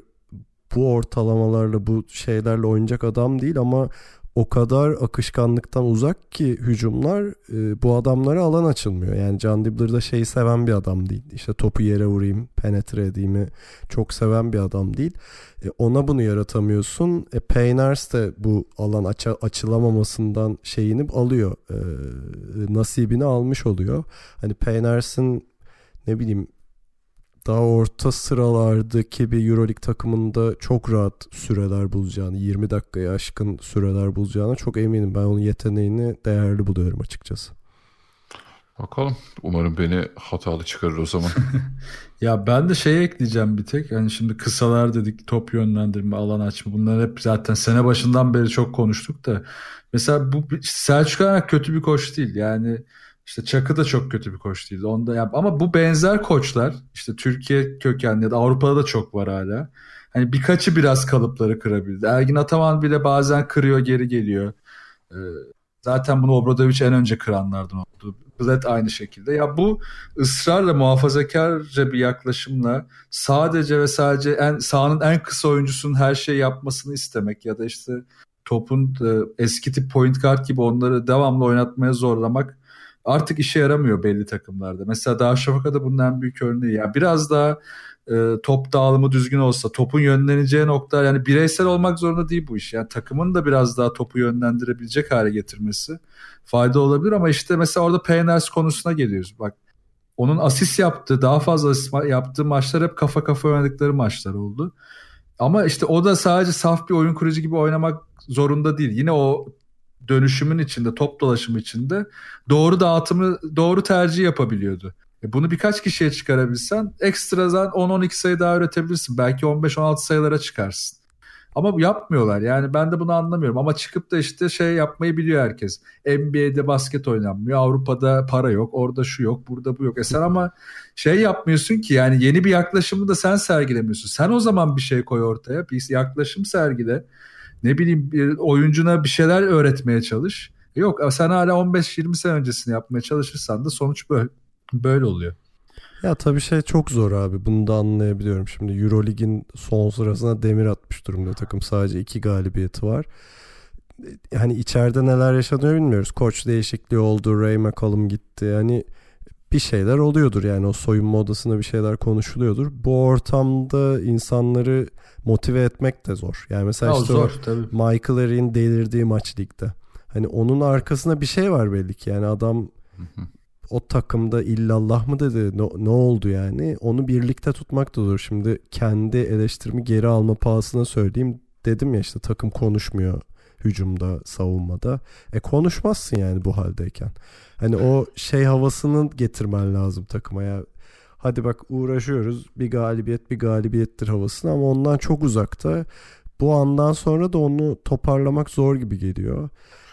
bu ortalamalarla bu şeylerle oynayacak adam değil ama o kadar akışkanlıktan uzak ki hücumlar e, bu adamlara alan açılmıyor. Yani John Dibbler da şeyi seven bir adam değil. İşte topu yere vurayım, penetre edeyimi çok seven bir adam değil. E, ona bunu yaratamıyorsun. E, Payners de bu alan aç- açılamamasından şeyini alıyor. E, nasibini almış oluyor. Hani Payners'in ne bileyim daha orta sıralardaki bir Euroleague takımında çok rahat süreler bulacağını, yirmi dakikaya aşkın süreler bulacağına çok eminim. Ben onun yeteneğini değerli buluyorum açıkçası. Bakalım. Umarım beni hatalı çıkarır o zaman. Ya ben de şeye ekleyeceğim bir tek. Hani şimdi kısalar dedik, top yönlendirme, alan açma. Bunlar hep zaten sene başından beri çok konuştuk da. Mesela bu Selçuk Anak kötü bir koç değil. Yani İşte Çakı da çok kötü bir koç değildi. Onda yap. Ama bu benzer koçlar işte Türkiye kökenli ya da Avrupa'da da çok var hala. Hani birkaçı biraz kalıpları kırabildi. Ergin Ataman bile bazen kırıyor geri geliyor. Ee, zaten bunu Obradoviç en önce kıranlardan oldu. Bled aynı şekilde. Ya bu ısrarla muhafazakarca bir yaklaşımla sadece ve sadece en, sahanın en kısa oyuncusunun her şeyi yapmasını istemek ya da işte topun e, eski tip point guard gibi onları devamlı oynatmaya zorlamak artık işe yaramıyor belli takımlarda. Mesela Darüşşafaka'da bunun en büyük örneği. Yani biraz daha e, top dağılımı düzgün olsa, topun yönleneceği nokta yani bireysel olmak zorunda değil bu iş. Yani takımın da biraz daha topu yönlendirebilecek hale getirmesi fayda olabilir ama işte mesela orada Payners konusuna geliyoruz. Bak onun asist yaptığı, daha fazla asist yaptığı maçlar hep kafa kafa oynadıkları maçlar oldu. Ama işte o da sadece saf bir oyun kurucu gibi oynamak zorunda değil. Yine o dönüşümün içinde, top dolaşımı içinde doğru dağıtımı, doğru tercih yapabiliyordu. E bunu birkaç kişiye çıkarabilsen ekstradan on on iki sayı daha üretebilirsin. Belki on beş on altı sayılara çıkarsın. Ama yapmıyorlar. Yani ben de bunu anlamıyorum. Ama çıkıp da işte şey yapmayı biliyor herkes. N B A'de basket oynanmıyor. Avrupa'da para yok. Orada şu yok. Burada bu yok. E sen ama şey yapmıyorsun ki yani yeni bir yaklaşımı da sen sergilemiyorsun. Sen o zaman bir şey koy ortaya. Bir yaklaşım sergile. Ne bileyim bir oyuncuna bir şeyler öğretmeye çalış. Yok sen hala on beş yirmi sene öncesini yapmaya çalışırsan da sonuç böyle, böyle oluyor. Ya tabii şey çok zor abi. Bunu da anlayabiliyorum. Şimdi Eurolig'in son sırasına demir atmış durumda takım. Sadece iki galibiyeti var. Hani içeride neler yaşanıyor bilmiyoruz. Koç değişikliği oldu. Ray McCallum gitti. Yani bir şeyler oluyordur. Yani o soyunma odasında bir şeyler konuşuluyordur. Bu ortamda insanları motive etmek de zor. Yani mesela ya işte zor, o tabii. Michael Erik'in delirdiği maç ligde. Hani onun arkasında bir şey var belli ki. Yani adam o takımda illallah mı dedi ne, ne oldu yani onu birlikte tutmak da zor. Şimdi kendi eleştirimi geri alma pahasına söyleyeyim dedim ya işte takım konuşmuyor hücumda savunmada e konuşmazsın yani bu haldeyken hani o şey havasını getirmen lazım takıma ya hadi bak uğraşıyoruz bir galibiyet bir galibiyettir havasını ama ondan çok uzakta bu andan sonra da onu toparlamak zor gibi geliyor.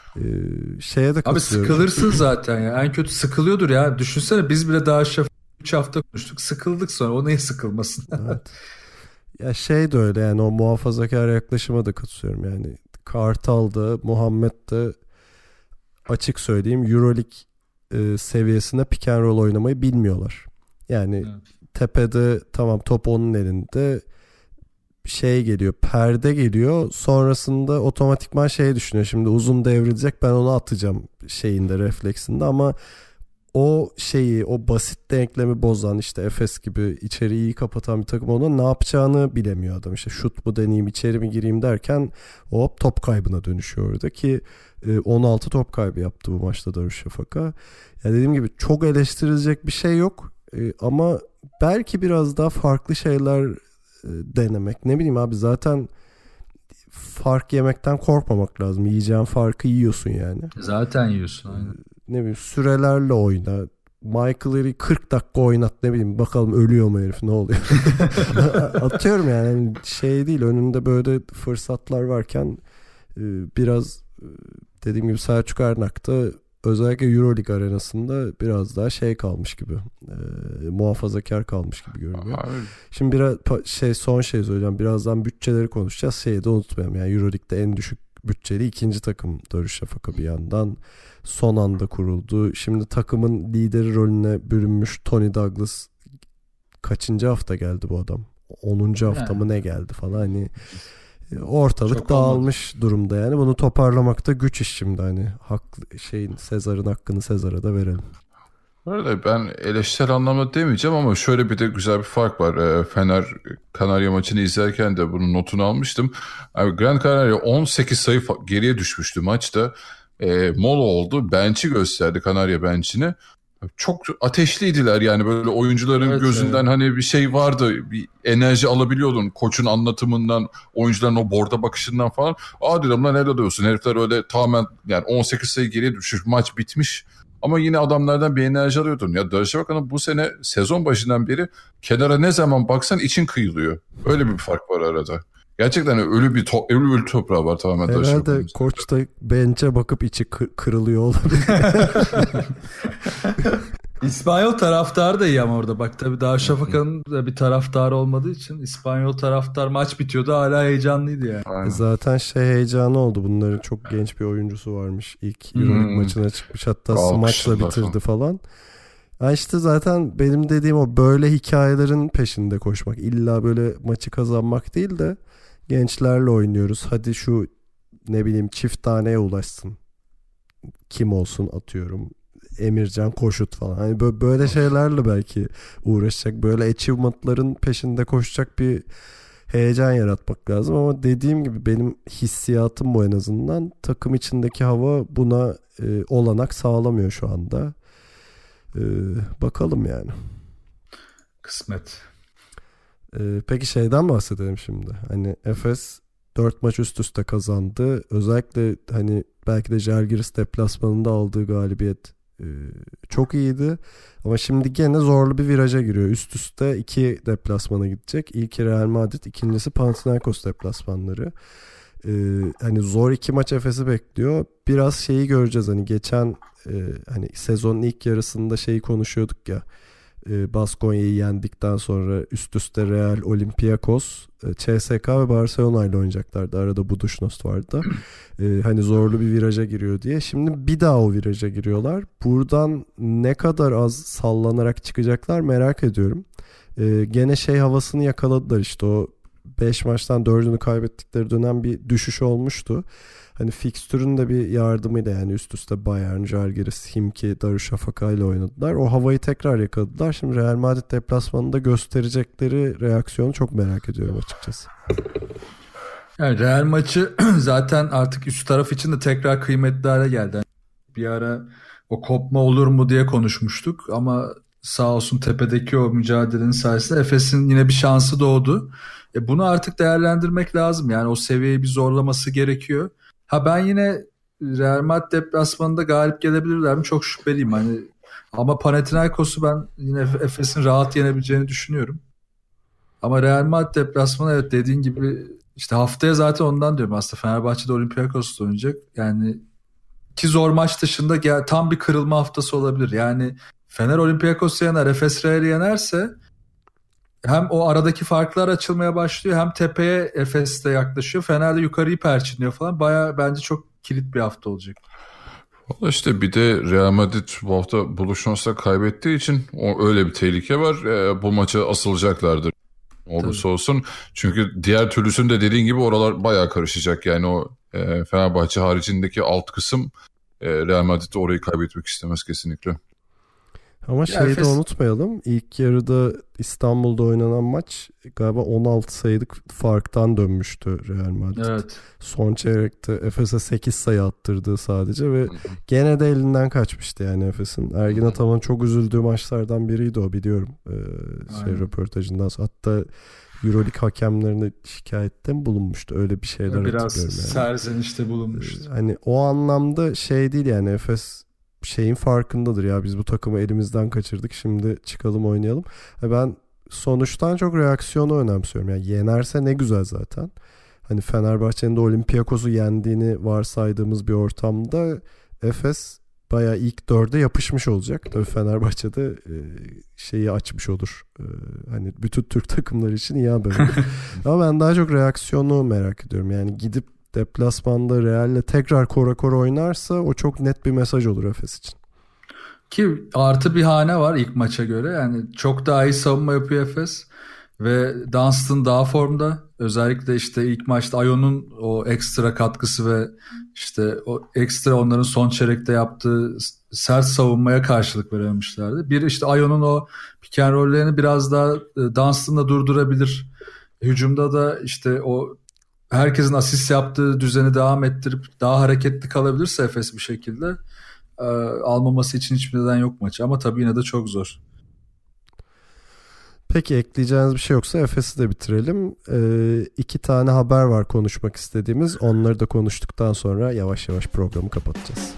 Ee, şeye de abi sıkılırsın zaten ya. En kötü sıkılıyordur ya. Düşünsene biz bile daha üç hafta konuştuk. Sıkıldık sonra. O neye sıkılmasın? Evet. Ya şey de öyle yani o muhafazakar yaklaşıma da katılıyorum yani. Kartal'da, Muhammed'de açık söyleyeyim Euroleague e, seviyesinde pick and roll oynamayı bilmiyorlar. Yani evet. Tepede tamam top onun elinde şey geliyor perde geliyor sonrasında otomatikman şey düşünüyor şimdi uzun devrilecek ben onu atacağım şeyinde refleksinde ama o şeyi, o basit denklemi bozan, işte Efes gibi içeriği iyi kapatan bir takım ona ne yapacağını bilemiyor adam. İşte şut mu deneyeyim, içeri mi gireyim derken hop top kaybına dönüşüyor orada ki on altı top kaybı yaptı bu maçta Darüşşafaka. Yani dediğim gibi çok eleştirilecek bir şey yok ama belki biraz daha farklı şeyler denemek. Ne bileyim abi, zaten fark yemekten korkmamak lazım. Yiyeceğin farkı yiyorsun yani. Zaten yiyorsun aynen. Ne bileyim, sürelerle oyna. Michael'ı kırk dakika oynat, ne bileyim, bakalım ölüyor mu herif, ne oluyor. Atıyorum yani, şey değil, önünde böyle fırsatlar varken biraz dediğim gibi Selçuk Ernak'ta özellikle Euroleague arenasında biraz daha şey kalmış gibi, e, muhafazakar kalmış gibi görünüyor. Abi. Şimdi biraz şey son şey söyleyeceğim. Birazdan bütçeleri konuşacağız. Şeyi de unutmayalım. Yani Euroleague'de en düşük bütçeli ikinci takım Darüşşafaka bir yandan. Son anda kuruldu. Şimdi takımın lideri rolüne bürünmüş Tony Douglas kaçıncı hafta geldi bu adam? onuncu hafta mı ne geldi falan, hani ortalık çok dağılmış olmadı. Durumda yani. Bunu toparlamakta güç iş şimdi, hani haklı şeyin, Sezar'ın hakkını Sezar'a da verelim. Öyle, ben eleştirel anlamda demeyeceğim ama şöyle bir de güzel bir fark var. Fener Kanarya maçını izlerken de bunun notunu almıştım. Abi Gran Canaria on sekiz sayı geriye düşmüştü maçta. E, mola oldu. Bench'i gösterdi, Kanarya bench'ini. Çok ateşliydiler yani, böyle oyuncuların evet, gözünden evet. Hani bir şey vardı, bir enerji alabiliyordun koçun anlatımından, oyuncuların o borda bakışından falan. Aa dedim lan, helal olsun, herifler öyle tamamen yani on sekiz sayı geriye düşmüş, maç bitmiş ama yine adamlardan bir enerji alıyordun. Ya Darüşşafaka'nın bu sene sezon başından beri kenara ne zaman baksan için kıyılıyor, öyle bir fark var arada. Gerçekten ölü bir to- ölü ölü toprağı var tamamen. Herhalde koç da bench'e bakıp içi kır- kırılıyor olabilir. İspanyol taraftarı da iyi ama orada. Bak tabii Darüşşafaka'nın da bir taraftarı olmadığı için İspanyol taraftar maç bitiyordu hala heyecanlıydı yani. Aynen. Zaten şey heyecanı oldu. Bunların çok genç bir oyuncusu varmış. İlk Euroleague hmm. maçına çıkmış. Hatta smaçla bitirdi falan. Ya işte zaten benim dediğim o, böyle hikayelerin peşinde koşmak. İlla böyle maçı kazanmak değil de gençlerle oynuyoruz. Hadi şu ne bileyim çift taneye ulaşsın. Kim olsun atıyorum. Emircan Koşut falan. Hani böyle şeylerle belki uğraşacak. Böyle achievement'ların peşinde koşacak bir heyecan yaratmak lazım. Ama dediğim gibi benim hissiyatım bu en azından. Takım içindeki hava buna e, olanak sağlamıyor şu anda. E, bakalım yani. Kısmet. E, peki şeyden bahsedelim şimdi. Hani Efes dört maç üst üste kazandı. Özellikle hani belki de Žalgiris deplasmanında aldığı galibiyet e, çok iyiydi. Ama şimdi gene zorlu bir viraja giriyor. Üst üste iki deplasmana gidecek. İlki Real Madrid, ikincisi Panathinaikos deplasmanları. E, hani zor iki maç Efes'i bekliyor. Biraz şeyi göreceğiz. Hani geçen e, hani sezonun ilk yarısında şeyi konuşuyorduk ya. Baskonya'yı yendikten sonra üst üste Real, Olympiakos, C S K ve Barcelona ile oynayacaklardı. Arada Budućnost vardı. Ee, hani zorlu bir viraja giriyor diye. Şimdi bir daha o viraja giriyorlar. Buradan ne kadar az sallanarak çıkacaklar merak ediyorum. Ee, gene şey havasını yakaladılar işte, o beş maçtan dördünü kaybettikleri dönem bir düşüş olmuştu. Hani fikstürün de bir yardımıyla, yani üst üste Bayern, Žalgiris, Himki, Darüşşafaka ile oynadılar. O havayı tekrar yakaladılar. Şimdi Real Madrid deplasmanında gösterecekleri reaksiyonu çok merak ediyorum açıkçası. Yani Real maçı zaten artık üst taraf için de tekrar kıymetli hale geldi. Bir ara o kopma olur mu diye konuşmuştuk ama sağ olsun tepedeki o mücadelenin sayesinde Efes'in yine bir şansı doğdu. E bunu artık değerlendirmek lazım. Yani o seviyeyi bir zorlaması gerekiyor. Ha ben yine Real Madrid deplasmanında galip gelebilirler mi? Çok şüpheliyim. Hani ama Panathinaikos'u ben yine Efes'in rahat yenebileceğini düşünüyorum. Ama Real Madrid deplasmanı, evet dediğin gibi işte haftaya zaten ondan diyorum aslında, Fenerbahçe'de Olympiakos'ta oynayacak. Yani iki zor maç dışında tam bir kırılma haftası olabilir. Yani Fener Olympiakos'u yener, Efes Real'i yenerse hem o aradaki farklar açılmaya başlıyor, hem tepeye Efes'te yaklaşıyor. Fener de yukarıyı perçinliyor falan. Bayağı bence çok kilit bir hafta olacak. Valla işte bir de Real Madrid bu hafta Budućnost'a kaybettiği için o, öyle bir tehlike var. E, bu maça asılacaklardır. Olursa Tabii. olsun. Çünkü diğer türlüsünde dediğin gibi oralar bayağı karışacak. Yani o e, Fenerbahçe haricindeki alt kısım e, Real Madrid orayı kaybetmek istemez kesinlikle. Ama şeyi Efes... de unutmayalım. İlk yarıda İstanbul'da oynanan maç galiba on altı sayılık farktan dönmüştü Real Madrid. Evet. Son çeyrekte Efes'e sekiz sayı attırdı sadece ve gene de elinden kaçmıştı yani Efes'in. Ergin Ataman'ın çok üzüldüğü maçlardan biriydi o, biliyorum. Ee, şey röportajından sonra. Hatta Euroleague hakemlerine şikayette mi bulunmuştu? Öyle bir şeyler biraz hatırlıyorum yani. serzenişte bulunmuştu. Hani o anlamda şey değil yani, Efes şeyin farkındadır ya, biz bu takımı elimizden kaçırdık, şimdi çıkalım oynayalım. Ben sonuçtan çok reaksiyonu önemsiyorum. Yani yenerse ne güzel zaten. Hani Fenerbahçe'nin de Olympiakos'u yendiğini varsaydığımız bir ortamda Efes bayağı ilk dörde yapışmış olacak. Tabii Fenerbahçe'de e, şeyi açmış olur. E, hani bütün Türk takımları için iyi haber olur. Ama ben daha çok reaksiyonu merak ediyorum. Yani gidip deplasmanda Real'le tekrar kora kora oynarsa o çok net bir mesaj olur Efes için. Ki artı bir hane var ilk maça göre. Yani çok daha iyi savunma yapıyor Efes. Ve Dunstan daha formda. Özellikle işte ilk maçta Ayon'un o ekstra katkısı ve işte o ekstra onların son çeyrekte yaptığı sert savunmaya karşılık verememişlerdi. Bir işte Ayon'un o pick and roll'lerini biraz daha Dunstan'la durdurabilir. Hücumda da işte o herkesin asist yaptığı düzeni devam ettirip daha hareketli kalabilirse Efes bir şekilde e, almaması için hiçbir neden yok maçı. Ama tabii yine de çok zor. Peki ekleyeceğiniz bir şey yoksa Efes'i de bitirelim. Ee, iki tane haber var konuşmak istediğimiz. Onları da konuştuktan sonra yavaş yavaş programı kapatacağız.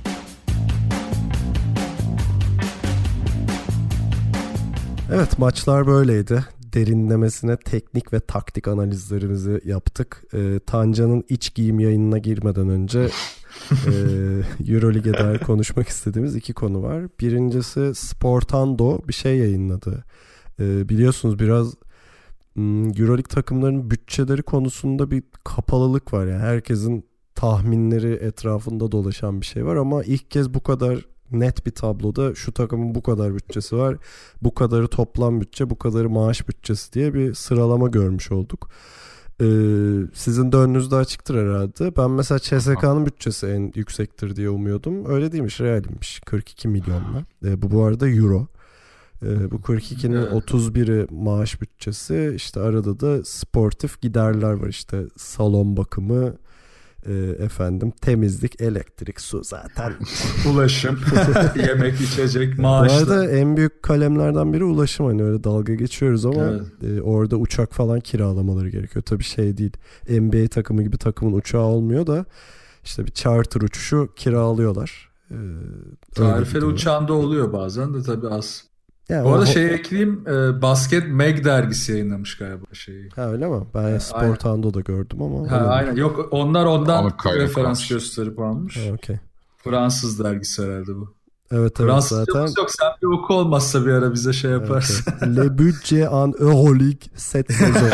Evet, maçlar böyleydi. Derinlemesine teknik ve taktik analizlerimizi yaptık. Ee, Tanca'nın iç giyim yayınına girmeden önce e, Euroleague'e dair konuşmak istediğimiz iki konu var. Birincisi Sportando bir şey yayınladı. Ee, biliyorsunuz biraz Euroleague takımlarının bütçeleri konusunda bir kapalılık var. Yani herkesin tahminleri etrafında dolaşan bir şey var ama ilk kez bu kadar net bir tabloda şu takımın bu kadar bütçesi var, bu kadarı toplam bütçe, bu kadarı maaş bütçesi diye bir sıralama görmüş olduk. Ee, sizin de önünüzde açıktır herhalde. Ben mesela C S K'nın bütçesi en yüksektir diye umuyordum. Öyle değilmiş, realmiş. kırk iki milyonla. Ee, bu bu arada euro. Ee, bu kırk ikinin evet. otuz biri maaş bütçesi. İşte arada da sportif giderler var. İşte salon bakımı, e, efendim temizlik, elektrik, su zaten. Ulaşım, yemek, içecek, maaşlar. Bu arada en büyük kalemlerden biri ulaşım. Hani öyle dalga geçiyoruz ama evet. e, orada uçak falan kiralamaları gerekiyor. Tabii şey değil, N B A takımı gibi takımın uçağı olmuyor da işte bir charter uçuşu kiralıyorlar. Ee, Tarifeli uçağında oluyor bazen de tabii az. Yani bu arada şeyi ekleyeyim, e, Basket Mag dergisi yayınlamış galiba şeyi. Ha öyle mi? Ben yani, Sportando'da gördüm ama. Ha, aynen. Yok onlar ondan referans gösterip almış. Ha, okay. Fransız dergisi herhalde bu. Evet, evet zaten. Yok sen bir oku olmazsa bir ara bize şey yaparsın. Okay. Le budget en Euroleague cette saison.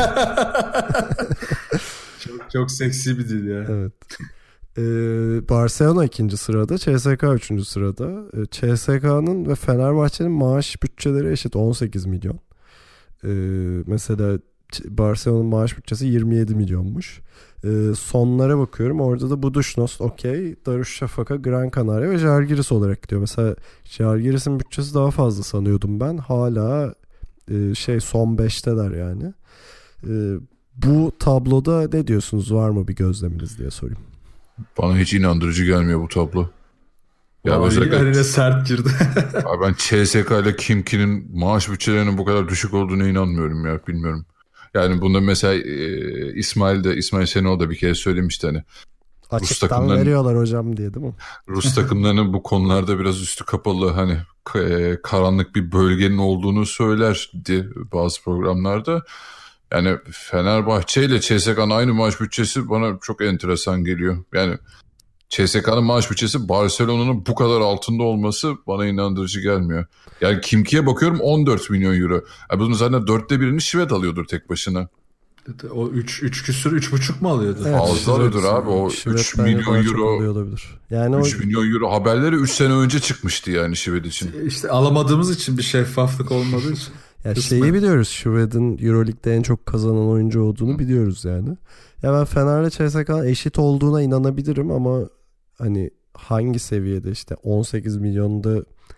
çok, çok seksi bir dil ya. Evet. Ee, Barcelona ikinci sırada, C S K üçüncü sırada. Ee, C S K'nın ve Fenerbahçe'nin maaş bütçeleri eşit, on sekiz milyon. Ee, mesela Barcelona'nın maaş bütçesi yirmi yedi milyonmuş. Ee, sonlara bakıyorum, orada da Budućnost, okey, Darüşşafaka, Gran Canaria ve Žalgiris olarak gidiyor. Mesela Žalgiris'in bütçesi daha fazla sanıyordum ben. Hala e, şey son beşteler yani. Ee, bu tabloda ne diyorsunuz, var mı bir gözleminiz diye sorayım. Bana hiç inandırıcı gelmiyor bu tablo. Ya Aa, özellikle sert girdi. Ben C S K ile Kimki'nin maaş bütçelerinin bu kadar düşük olduğuna inanmıyorum ya, bilmiyorum. Yani bunda mesela e, İsmail de İsmail Şenol da bir kere söylemişti hani. Açıktan veriyorlar hocam diye, değil mi? Rus takımlarının bu konularda biraz üstü kapalı, hani e, karanlık bir bölgenin olduğunu söylerdi bazı programlarda. Yani Fenerbahçe ile C S K'nın aynı maaş bütçesi bana çok enteresan geliyor. Yani C S K'nın maaş bütçesi Barcelona'nın bu kadar altında olması bana inandırıcı gelmiyor. Yani Kimki'ye bakıyorum on dört milyon euro. Yani bunun zaten dörtte birini Şivet alıyordur tek başına. O üç üç küsür üç buçuk mu alıyordu? Evet, fazla alıyordur abi. O üç milyon euro. Yani üç o... milyon euro haberleri üç sene önce çıkmıştı yani Şivet için. İşte alamadığımız için, bir şeffaflık olmadığı için. Ya şeyi biliyoruz, Şivet'in Euroleague'de en çok kazanan oyuncu olduğunu biliyoruz yani. Ya ben Fener'le C S K'nın eşit olduğuna inanabilirim ama hani hangi seviyede, işte on sekiz milyonda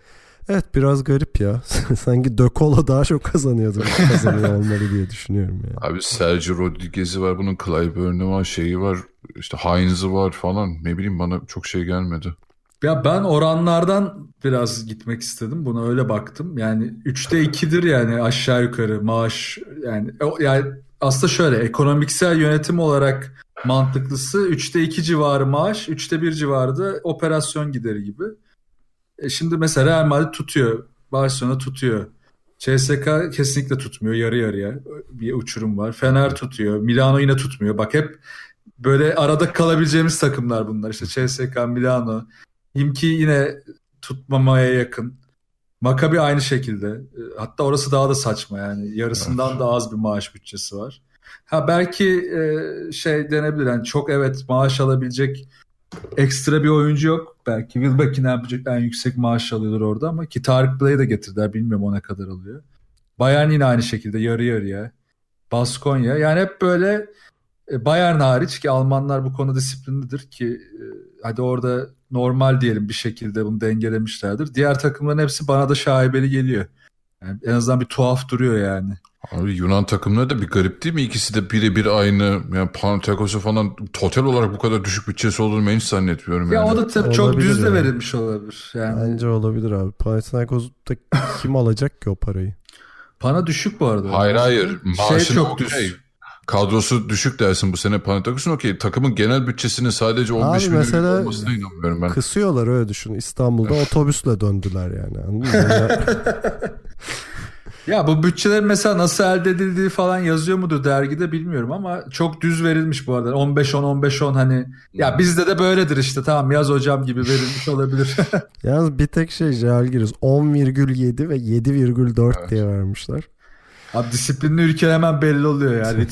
Evet biraz garip ya. Sanki De Colo daha çok kazanıyordu. Kazanıyor olmalı diye düşünüyorum yani. Abi Sergio Rodriguez'i var, bunun Clyburn'u var, şeyi var, işte Heinz'i var falan. Ne bileyim, bana çok şey gelmedi. Ya ben oranlardan biraz gitmek istedim. Buna öyle baktım. Yani üçte ikidir yani aşağı yukarı maaş. Yani, yani aslında şöyle ekonomiksel yönetim olarak mantıklısı üçte iki civarı maaş, üçte bir civarı da operasyon gideri gibi. E şimdi mesela Real Madrid tutuyor. Barcelona tutuyor. C S K kesinlikle tutmuyor. Yarı yarıya bir uçurum var. Fener tutuyor. Milano yine tutmuyor. Bak hep böyle arada kalabileceğimiz takımlar bunlar. İşte C S K, Milano. İmki yine tutmamaya yakın. Maccabi aynı şekilde. Hatta orası daha da saçma yani. Yarısından evet. da az bir maaş bütçesi var. Ha belki e, şey denebilir. Yani çok evet maaş alabilecek ekstra bir oyuncu yok. Belki Wilbeck'in en yüksek maaş alıyordur orada ama ki Tarık Blay'ı da getirdiler. Bilmiyorum o ne kadar alıyor. Bayern yine aynı şekilde yarı yarıya. Baskonya. Yani hep böyle Bayern hariç ki Almanlar bu konuda disiplinlidir ki hadi orada normal diyelim bir şekilde bunu dengelemişlerdir. Diğer takımların hepsi bana da şaibeli geliyor. Yani en azından bir tuhaf duruyor yani. Abi Yunan takımları da bir garip değil mi? İkisi de birebir aynı. Yani Panathinaikos'u falan total olarak bu kadar düşük bütçesi olduğunu ben hiç zannetmiyorum. Ya yani. o da tabii çok düz de verilmiş olabilir. Yani. Bence olabilir abi. Panathinaikos'ta kim alacak ki o parayı? Pana düşük bu arada. Hayır hayır. Şey çok düz. Okay. Kadrosu düşük dersin bu sene Panathinaikos'un okey. Takımın genel bütçesinin sadece on beş milyon olmasına inanmıyorum ben. Kısıyorlar öyle düşün. İstanbul'da otobüsle döndüler yani. Anladın mı? Ya bu bütçelerin mesela nasıl elde edildiği falan yazıyor mudur dergide bilmiyorum ama çok düz verilmiş bu arada. on beş on on beş on hani ya bizde de böyledir işte tamam yaz hocam gibi verilmiş olabilir. Yalnız bir tek şey Jalgiris on virgül yedi ve yedi virgül dört evet. diye vermişler. Abi disiplinli ülke hemen belli oluyor yani.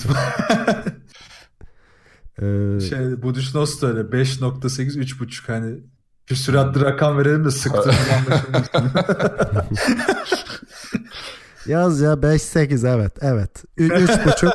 ee... şey Buduşnos da öyle beş nokta sekiz üç buçuk hani bir süratli rakam verelim de sıktığımız anlaşılmasın. Yaz ya beş sekiz evet evet üç buçuk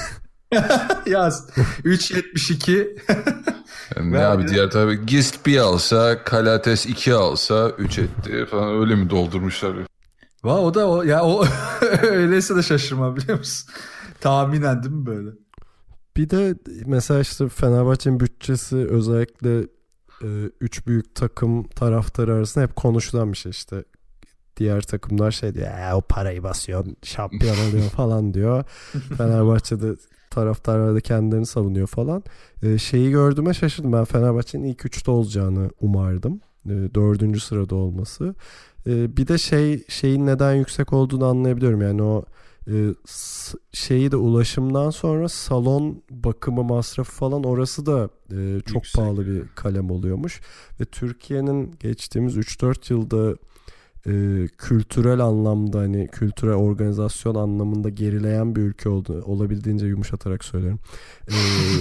yaz üç yetmiş iki yani ne abi diğer tabi Gist bir alsa Kalates iki alsa üç etti falan öyle mi doldurmuşlar? Va o da o ya o öyleyse de şaşırmam biliyor musun? Tahminen değil mi böyle? Bir de mesela işte Fenerbahçe'nin bütçesi özellikle e, üç büyük takım taraftarı arasında hep konuşulan bir şey işte. Diğer takımlar şey diyor o parayı basıyor şampiyon oluyor falan diyor. Fenerbahçe'de taraftarlar da kendilerini savunuyor falan. Ee, şeyi gördüğüme şaşırdım. Ben Fenerbahçe'nin ilk üçte olacağını umardım. Ee, dördüncü sırada olması. Ee, bir de şey şeyin neden yüksek olduğunu anlayabiliyorum. Yani o e, şeyi de ulaşımdan sonra salon bakımı masrafı falan orası da e, çok yüksek. Pahalı bir kalem oluyormuş. Ve Türkiye'nin geçtiğimiz üç dört yılda e, kültürel anlamda hani kültürel organizasyon anlamında gerileyen bir ülke oldu. Olabildiğince yumuşatarak söylerim. E,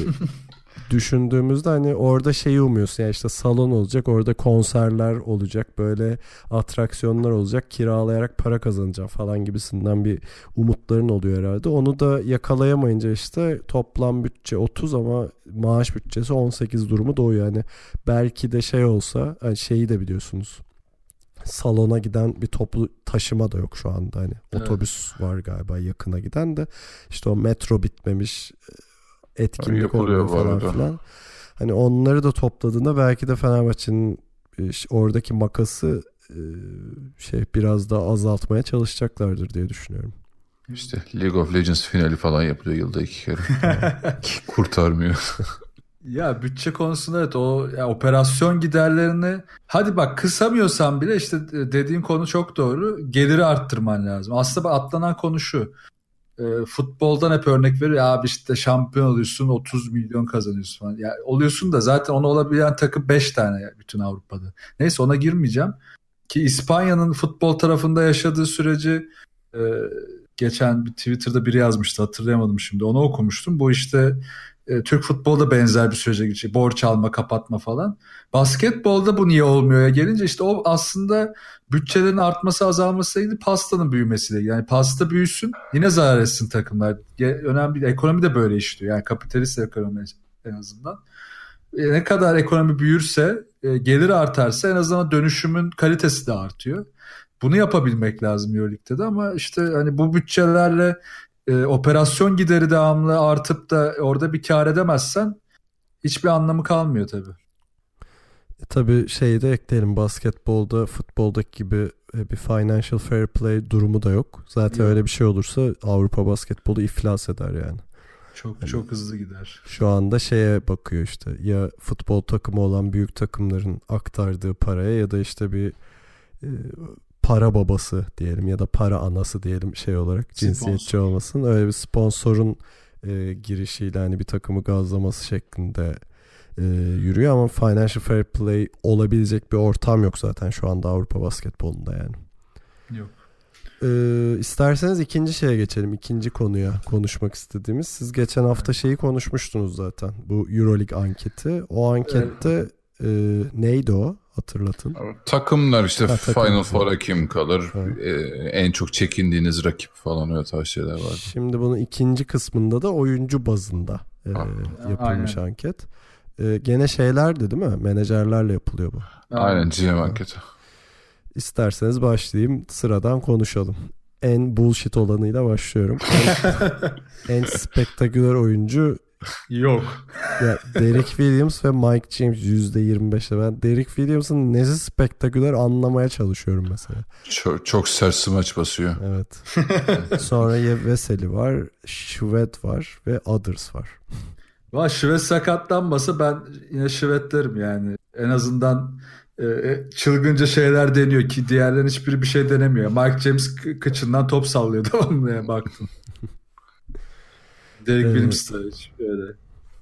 düşündüğümüzde hani orada şeyi umuyorsun yani işte salon olacak, orada konserler olacak, böyle atraksiyonlar olacak, kiralayarak para kazanacağım falan gibisinden bir umutların oluyor herhalde. Onu da yakalayamayınca işte toplam bütçe otuz ama maaş bütçesi on sekiz durumu doğuyor. Yani belki de şey olsa hani şeyi de biliyorsunuz. Salona giden bir toplu taşıma da yok şu anda hani. Evet. Otobüs var galiba yakına giden de. İşte o metro bitmemiş, etkinlik oluyor falan filan. Hani onları da topladığında belki de Fenerbahçe'nin oradaki makası şey biraz daha azaltmaya çalışacaklardır diye düşünüyorum. İşte League of Legends finali falan yapılıyor yılda iki kere. Kurtarmıyor. Ya bütçe konusunda evet o ya operasyon giderlerini hadi bak kısamıyorsan bile işte dediğin konu çok doğru. Geliri arttırman lazım. Aslında atlanan konu şu. E, futboldan hep örnek veriyor. Abi işte şampiyon oluyorsun otuz milyon kazanıyorsun falan. Ya oluyorsun da zaten onu olabilen takım beş tane ya, bütün Avrupa'da. Neyse ona girmeyeceğim. Ki İspanya'nın futbol tarafında yaşadığı süreci e, geçen bir Twitter'da biri yazmıştı. Hatırlayamadım şimdi. Onu okumuştum. Bu işte Türk futbolda benzer bir sürece geçiyor. Borç alma, kapatma falan. Basketbolda bu niye olmuyor ya gelince işte o aslında bütçelerin artması azalmasıyla ilgili pastanın büyümesiyle. Yani pasta büyüsün yine zarar etsin takımlar. Önemli ekonomi de böyle işliyor. Yani kapitalist ekonomi en azından. Ne kadar ekonomi büyürse, gelir artarsa en azından dönüşümün kalitesi de artıyor. Bunu yapabilmek lazım Euroleague'de de ama işte hani bu bütçelerle e, operasyon gideri devamlı artıp da orada bir kar edemezsen hiçbir anlamı kalmıyor tabii. E, tabii şeyi de ekleyelim, basketbolda futboldaki gibi bir financial fair play durumu da yok. Zaten yok. Öyle bir şey olursa Avrupa basketbolu iflas eder yani. Çok yani çok hızlı gider. Şu anda şeye bakıyor işte, ya futbol takımı olan büyük takımların aktardığı paraya ya da işte bir e, para babası diyelim ya da para anası diyelim şey olarak, cinsiyetçi sponsor olmasın. Öyle bir sponsorun e, girişiyle hani bir takımı gazlaması şeklinde e, yürüyor ama financial fair play olabilecek bir ortam yok zaten şu anda Avrupa basketbolunda yani. Yok. Ee, isterseniz ikinci şeye geçelim. İkinci konuya konuşmak istediğimiz. Siz geçen hafta şeyi konuşmuştunuz zaten. Bu Euroleague anketi. O ankette evet. e, neydi o? Hatırlatın. Takımlar işte ha, Final Four'a kim kalır? Evet. E, en çok çekindiğiniz rakip falan, öyle tarz şeyler var. Şimdi bunun ikinci kısmında da oyuncu bazında e, yapılmış Aynen. anket. E, gene şeylerdi değil mi? Menajerlerle yapılıyor bu. Aynen, G M anketi. İsterseniz başlayayım, sıradan konuşalım. En bullshit olanıyla başlıyorum. En, en spektaküler oyuncu yok. Ya Derek Williams ve Mike James yüzde yirmi beş'e. Ben Derek Williams'ın nesi spektaküler anlamaya çalışıyorum mesela. Çok, çok sert smaç basıyor. Evet. Sonra Veseli var, Şivet var ve Others var. Valla Şivet sakatlanmasa ben yine Şivetlerim yani. En azından çılgınca şeyler deniyor ki diğerlerin hiçbiri bir şey denemiyor. Mike James kı- kıçından top sallıyor, tamam mı ya, baktım. Derek evet. Williams da hiç öyle.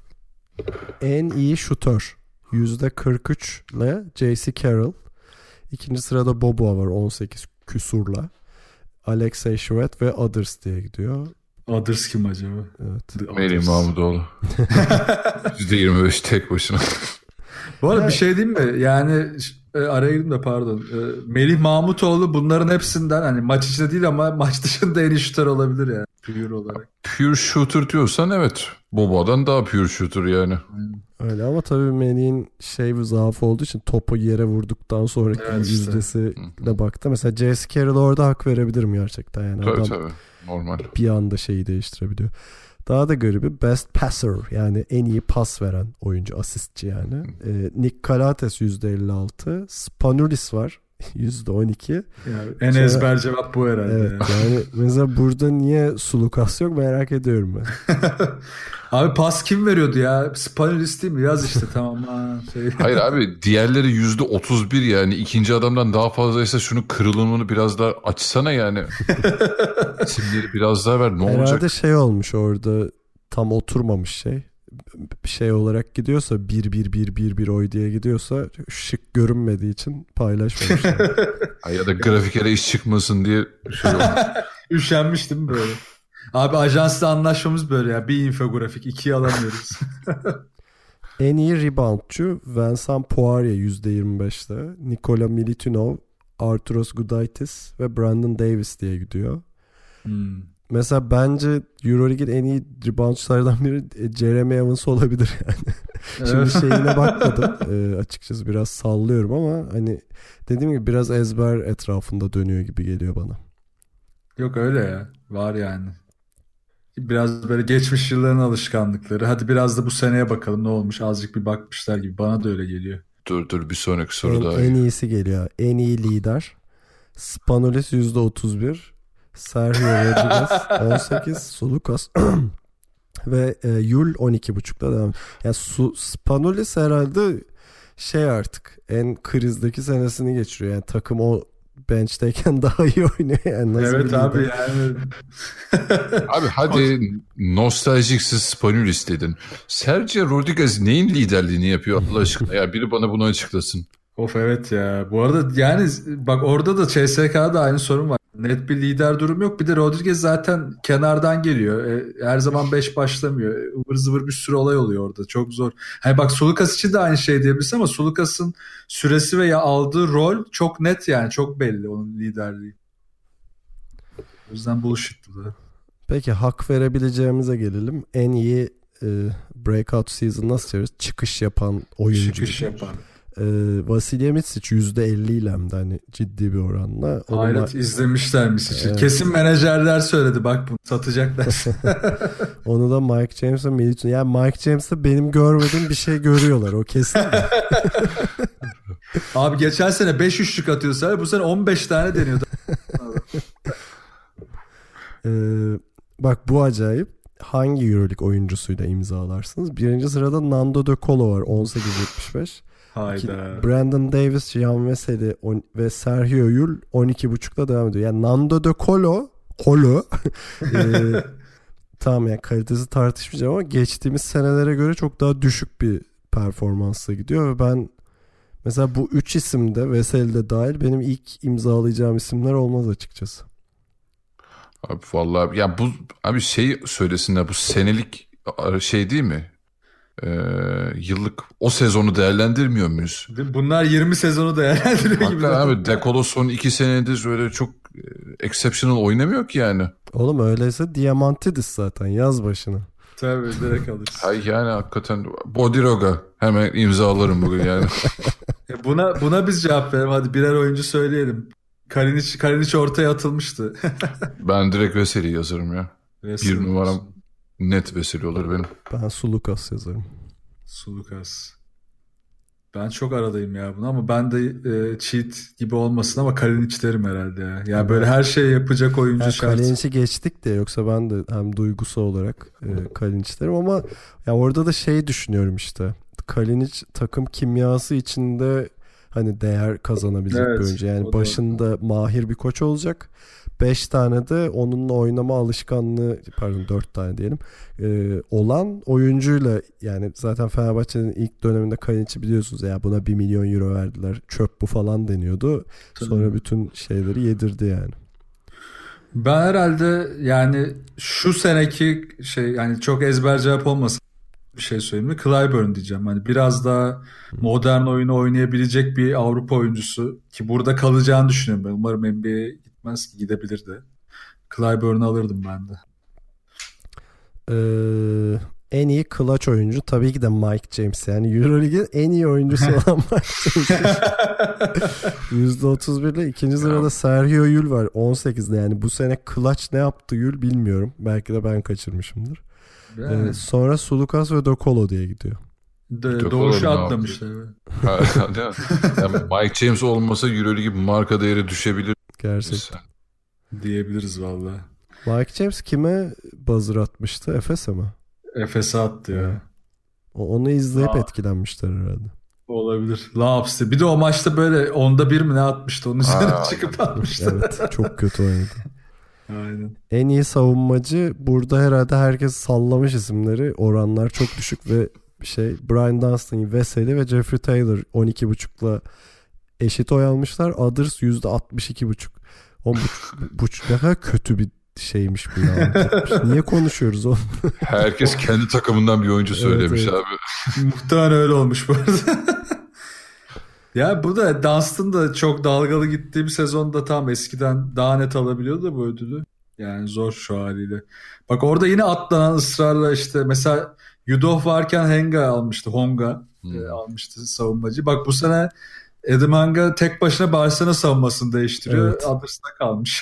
En iyi şutör yüzde kırk üç ile J C Carroll. İkinci sırada Bobo var on sekiz küsurla. Alexey Şivet ve Others diye gidiyor. Others kim acaba? Evet. Melih Mahmudoğlu. yüzde yirmi beş tek başına. Bu arada bir şey diyeyim mi? Yani e, araya girdim de pardon. E, Melih Mahmutoğlu bunların hepsinden, hani maç içinde değil ama maç dışında en iyi şutör olabilir yani. Pure olarak. Pure shooter diyorsan evet. Bobo'dan daha pure shooter yani. Öyle ama tabii Melih'in şey bir zaafı olduğu için topu yere vurduktan sonraki evet işte. yüzdesi de baktı. Mesela J C Carroll'a orada hak verebilirim gerçekten yani. Tabii Adam tabii. Normal. Bir anda şeyi değiştirebiliyor. Daha da garibi best passer, yani en iyi pas veren oyuncu, asistçi yani. Ee, Nick Kalates yüzde elli altı. Spanulis var yüzde on iki. Yani en Sonra, ezber cevap bu herhalde. Evet, yani. yani mesela burada niye Sulukas yok merak ediyorum ben. Abi pas kim veriyordu ya? Spanulis değil mi? Yaz işte tamam. Ha, şey. Hayır abi, diğerleri yüzde otuz bir yani. İkinci adamdan daha fazlaysa şunu kırılımını biraz daha açsana yani. İsimleri biraz daha ver, ne Herhalde olacak? Herhalde şey olmuş orada, tam oturmamış şey. Şey olarak gidiyorsa bir bir bir bir bir oy diye gidiyorsa şık görünmediği için paylaşmamışlar. Ya da grafikere iş çıkmasın diye şey olmuş. Üşenmiş değil mi böyle? Abi ajansla anlaşmamız böyle ya. Bir infografik ikiye alamıyoruz. En iyi reboundçu Vincent Poirier yüzde yirmi beş'te. Nikola Milutinov, Arturos Gudaitis ve Brandon Davis diye gidiyor. Hmm. Mesela bence Euroleague'in en iyi reboundçılardan biri Jeremy Evans olabilir yani. Şimdi şeyine bakmadım. e, açıkçası biraz sallıyorum ama hani dediğim gibi biraz ezber etrafında dönüyor gibi geliyor bana. Yok öyle ya. Var yani. Biraz böyle geçmiş yılların alışkanlıkları. Hadi biraz da bu seneye bakalım ne olmuş. Azıcık bir bakmışlar gibi. Bana da öyle geliyor. Dur dur bir sonraki soru en, daha En iyi. iyisi geliyor. En iyi lider Spanulis yüzde otuz bir, Sergio Rodriguez on sekiz, Sulukas ve e, Yul on iki buçuk'ta devam. Yani Su, Spanulis herhalde şey artık en krizdeki senesini geçiriyor. Yani takım o bench'teyken daha iyi oynuyor yani. Nasıl evet abi yani. Abi hadi nostaljiksiz Spanulis dedin. Sergio Rodriguez neyin liderliğini yapıyor Allah aşkına? Ya biri bana bunu açıklasın. Of evet ya. Bu arada yani bak orada da C S K'da aynı sorun var. Net bir lider durum yok. Bir de Rodriguez zaten kenardan geliyor. E, her zaman beş başlamıyor. E, ıvır zıvır bir sürü olay oluyor orada. Çok zor. Hani bak Sulukas için de aynı şey diyebilirsin ama Sulukas'ın süresi ve ya aldığı rol çok net yani. Çok belli onun liderliği. O yüzden bullshit bu da. Peki hak verebileceğimize gelelim. En iyi e, breakout season nasıl çeviririz? Çıkış yapan oyuncu. Çıkış yapan. e, Vasilya Micic yüzde elli ile hem de hani ciddi bir oranla. Hayret ma- izlemişler Misic'i. Evet. Kesin menajerler söyledi bak bunu satacaklar. Onu da Mike James'e Milic'in. Yani Mike James'e benim görmediğim bir şey görüyorlar o kesin. Abi geçen sene beş üçlük atıyorsa bu sene on beş tane deniyordu. ee, bak bu acayip. Hangi EuroLeague oyuncusuyla imzalarsınız? Birinci sırada Nando De Colo var on sekiz yetmiş beş. Hayda. Brandon Davis, Gian Veseli ve Sergio Yul on iki buçukla devam ediyor. Yani Nando De Colo Colo e, tamam yani kalitesi tartışmayacağım ama geçtiğimiz senelere göre çok daha düşük bir performansla gidiyor ve ben mesela bu üç isimde Veseli de dahil benim ilk imzalayacağım isimler olmaz açıkçası. Abi vallahi ya bu abi şey söylesinler bu senelik şey değil mi? Ee, yıllık o sezonu değerlendirmiyor muyuz? Bunlar yirmi sezonu değerlendiriyor gibi. Abi De Colo son iki senedir öyle çok exceptional oynamıyor ki yani. Oğlum öyleyse Diamantidis zaten yaz başına. Tabii direkt alırız. Hay yani hakikaten Bodiroga hemen imzalarım bugün yani. buna buna biz cevap verelim hadi birer oyuncu söyleyelim. Kalinic, Kalinic ortaya atılmıştı. Ben direkt Veseli yazarım ya. Veseli bir numaram olsun. Net Veseli olur benim. Ben Sulukas yazarım. Sulukas. Ben çok aradayım ya bunu ama ben de e, cheat gibi olmasın ama Kalinic derim herhalde ya. Yani böyle her şeyi yapacak oyuncu yani şart. Kalinic'i geçtik de yoksa ben de hem duygusal olarak e, Kalinic derim ama ya orada da şey düşünüyorum işte. Kalinic takım kimyası içinde hani değer kazanabilecek evet, bir oyuncu. Yani başında da mahir bir koç olacak. beş tane de onunla oynama alışkanlığı pardon dört tane diyelim e, olan oyuncuyla yani zaten Fenerbahçe'nin ilk döneminde Kalinic'i biliyorsunuz ya buna bir milyon euro verdiler. Çöp bu falan deniyordu. Tabii. Sonra bütün şeyleri yedirdi yani. Ben herhalde yani şu seneki şey yani çok ezber cevap olmasın. Bir şey söyleyeyim mi? Clyburn diyeceğim. Hani biraz daha modern oyunu oynayabilecek bir Avrupa oyuncusu ki burada kalacağını düşünüyorum ben. Umarım N B A'ye gitmez ki gidebilir de. Clyburn'u alırdım ben de. Ee, en iyi clutch oyuncu tabii ki de Mike James. Yani EuroLeague'in en iyi oyuncusu olan Mike James. yüzde otuz bir ile ikinci sırada Sergio Yul var on sekizde. Yani bu sene clutch ne yaptı Yul bilmiyorum. Belki de ben kaçırmışımdır. Ee, sonra Sulukas ve De Colo diye gidiyor. De, doğuşu atlamışlar. Yani Mike James olmasa EuroLeague marka değeri düşebilir. Gerçekten. Diyebiliriz valla. Mike James kime buzzer atmıştı? Efes'e mi? Efes'e attı ya. O, onu izleyip Aa. etkilenmişler herhalde. Olabilir. Laps'tı. Bir de o maçta böyle onda bir mi ne atmıştı? Onun üzerine Aa, çıkıp atmıştı. Evet. Çok kötü oynadı. Aynen. En iyi savunmacı burada herhalde herkes sallamış isimleri. Oranlar çok düşük ve şey Brian Dunstan, Veseli ve Jeffrey Taylor on iki buçukla eşit oy almışlar. Others yüzde altmış iki buçuk. on buçuk ne kadar kötü bir şeymiş bu ya. Niye konuşuyoruz onu? Herkes kendi takımından bir oyuncu söylemiş evet, evet. abi. Muhtemelen öyle olmuş bu arada. Ya bu da Dunstan da çok dalgalı gittiği bir sezonda tam eskiden daha net alabiliyordu da bu ödülü. Yani zor şu haliyle. Bak orada yine atlanan ısrarla işte mesela Yudoh varken Henga almıştı. Honga hmm. e, almıştı savunmacı. Bak bu sene Adam Hanga tek başına Barcelona savunmasını değiştiriyor. Evet. Adres'ta kalmış.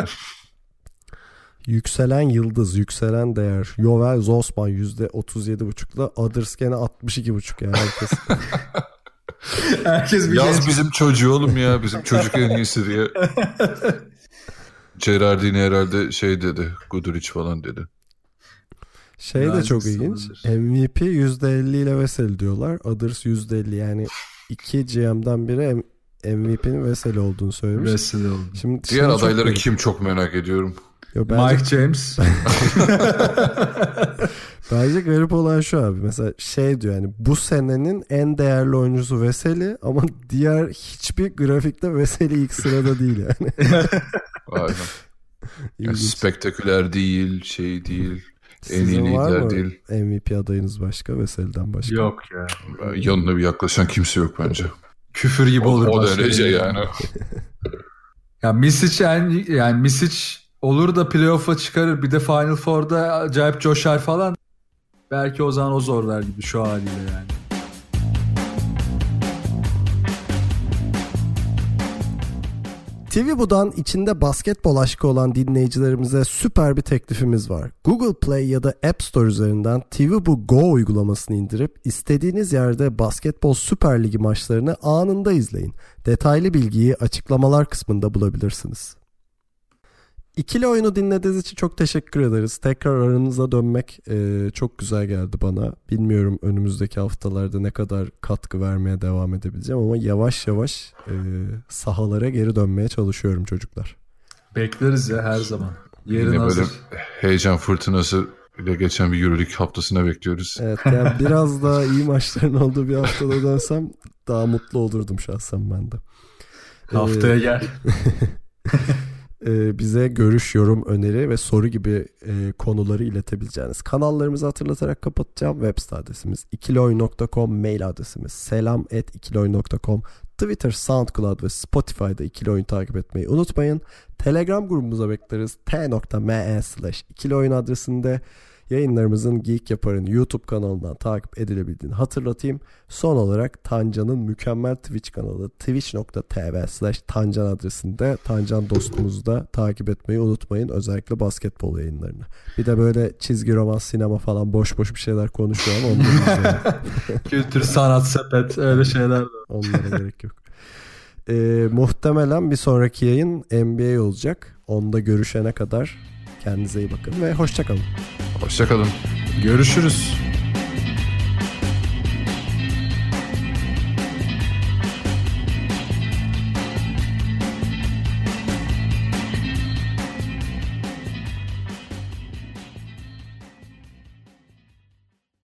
Yükselen yıldız, yükselen değer. Jovel Zosman yüzde otuz yedi buçukla Adres gene altmış iki buçuk yani herkes. Herkes bir Yaz genç. Bizim çocuğu oğlum ya. Bizim çocuk en iyisi diye. Gerardini herhalde şey dedi. Guduric falan dedi. Şey de Nazik çok ilginç. Sanırdır. M V P yüzde elli ile Veseli diyorlar. Others yüzde elli yani iki G M'den biri M V P'nin Veseli olduğunu söylemiş. Veseli oldu. Şimdi diğer adayları çok kim çok merak ediyorum. Yo, bence... Mike James. Bence garip olan şu abi. Mesela şey diyor yani bu senenin en değerli oyuncusu Veseli ama diğer hiçbir grafikte Veseli ilk sırada değil yani. Aynen. Yani spektaküler değil, şey değil. Sizin en iyi lider değil. M V P adayınız başka, Veseli'den başka. Yok ya. Yanına bir yaklaşan kimse yok bence. Küfür gibi o, olur. O derece yani. Ya Misic yani, yani Misic olur da playoff'a çıkarır. Bir de Final Four'da acayip coşar falan. Belki o zaman o zorlar gibi şu haliyle yani. T V Bu'dan içinde basketbol aşkı olan dinleyicilerimize süper bir teklifimiz var. Google Play ya da App Store üzerinden T V Bu Go uygulamasını indirip istediğiniz yerde basketbol Süper Ligi maçlarını anında izleyin. Detaylı bilgiyi açıklamalar kısmında bulabilirsiniz. İkili oyunu dinlediğiniz için çok teşekkür ederiz. Tekrar aranıza dönmek e, çok güzel geldi bana. Bilmiyorum önümüzdeki haftalarda ne kadar katkı vermeye devam edebileceğim ama yavaş yavaş e, sahalara geri dönmeye çalışıyorum çocuklar. Bekleriz ya her zaman. Yerin Yine hazır. böyle heyecan fırtınası ile geçen bir Euroleague haftasına bekliyoruz. Evet, yani biraz daha iyi maçların olduğu bir haftada dönsem daha mutlu olurdum şahsen ben de. Haftaya ee, gel. Bize görüş, yorum, öneri ve soru gibi e, konuları iletebileceğiniz kanallarımızı hatırlatarak kapatacağım. Web site adresimiz ikiloy nokta com, mail adresimiz selam at ikiloy nokta com, Twitter, SoundCloud ve Spotify'da İkilioy'un takip etmeyi unutmayın. Telegram grubumuza bekleriz. t.me slash ikiloyun adresinde yayınlarımızın Geek Yapar'ın YouTube kanalından takip edilebildiğini hatırlatayım. Son olarak Tancan'ın mükemmel Twitch kanalı twitch nokta tv slash tancan adresinde Tancan dostumuzu da takip etmeyi unutmayın. Özellikle basketbol yayınlarını. Bir de böyle çizgi roman, sinema falan boş boş bir şeyler konuşuyor ama onları Kültür, sanat, sepet öyle şeyler de. Onlara gerek yok. Ee, muhtemelen bir sonraki yayın N B A olacak. Onda görüşene kadar kendinize iyi bakın ve hoşça kalın. Hoşça kalın. Görüşürüz.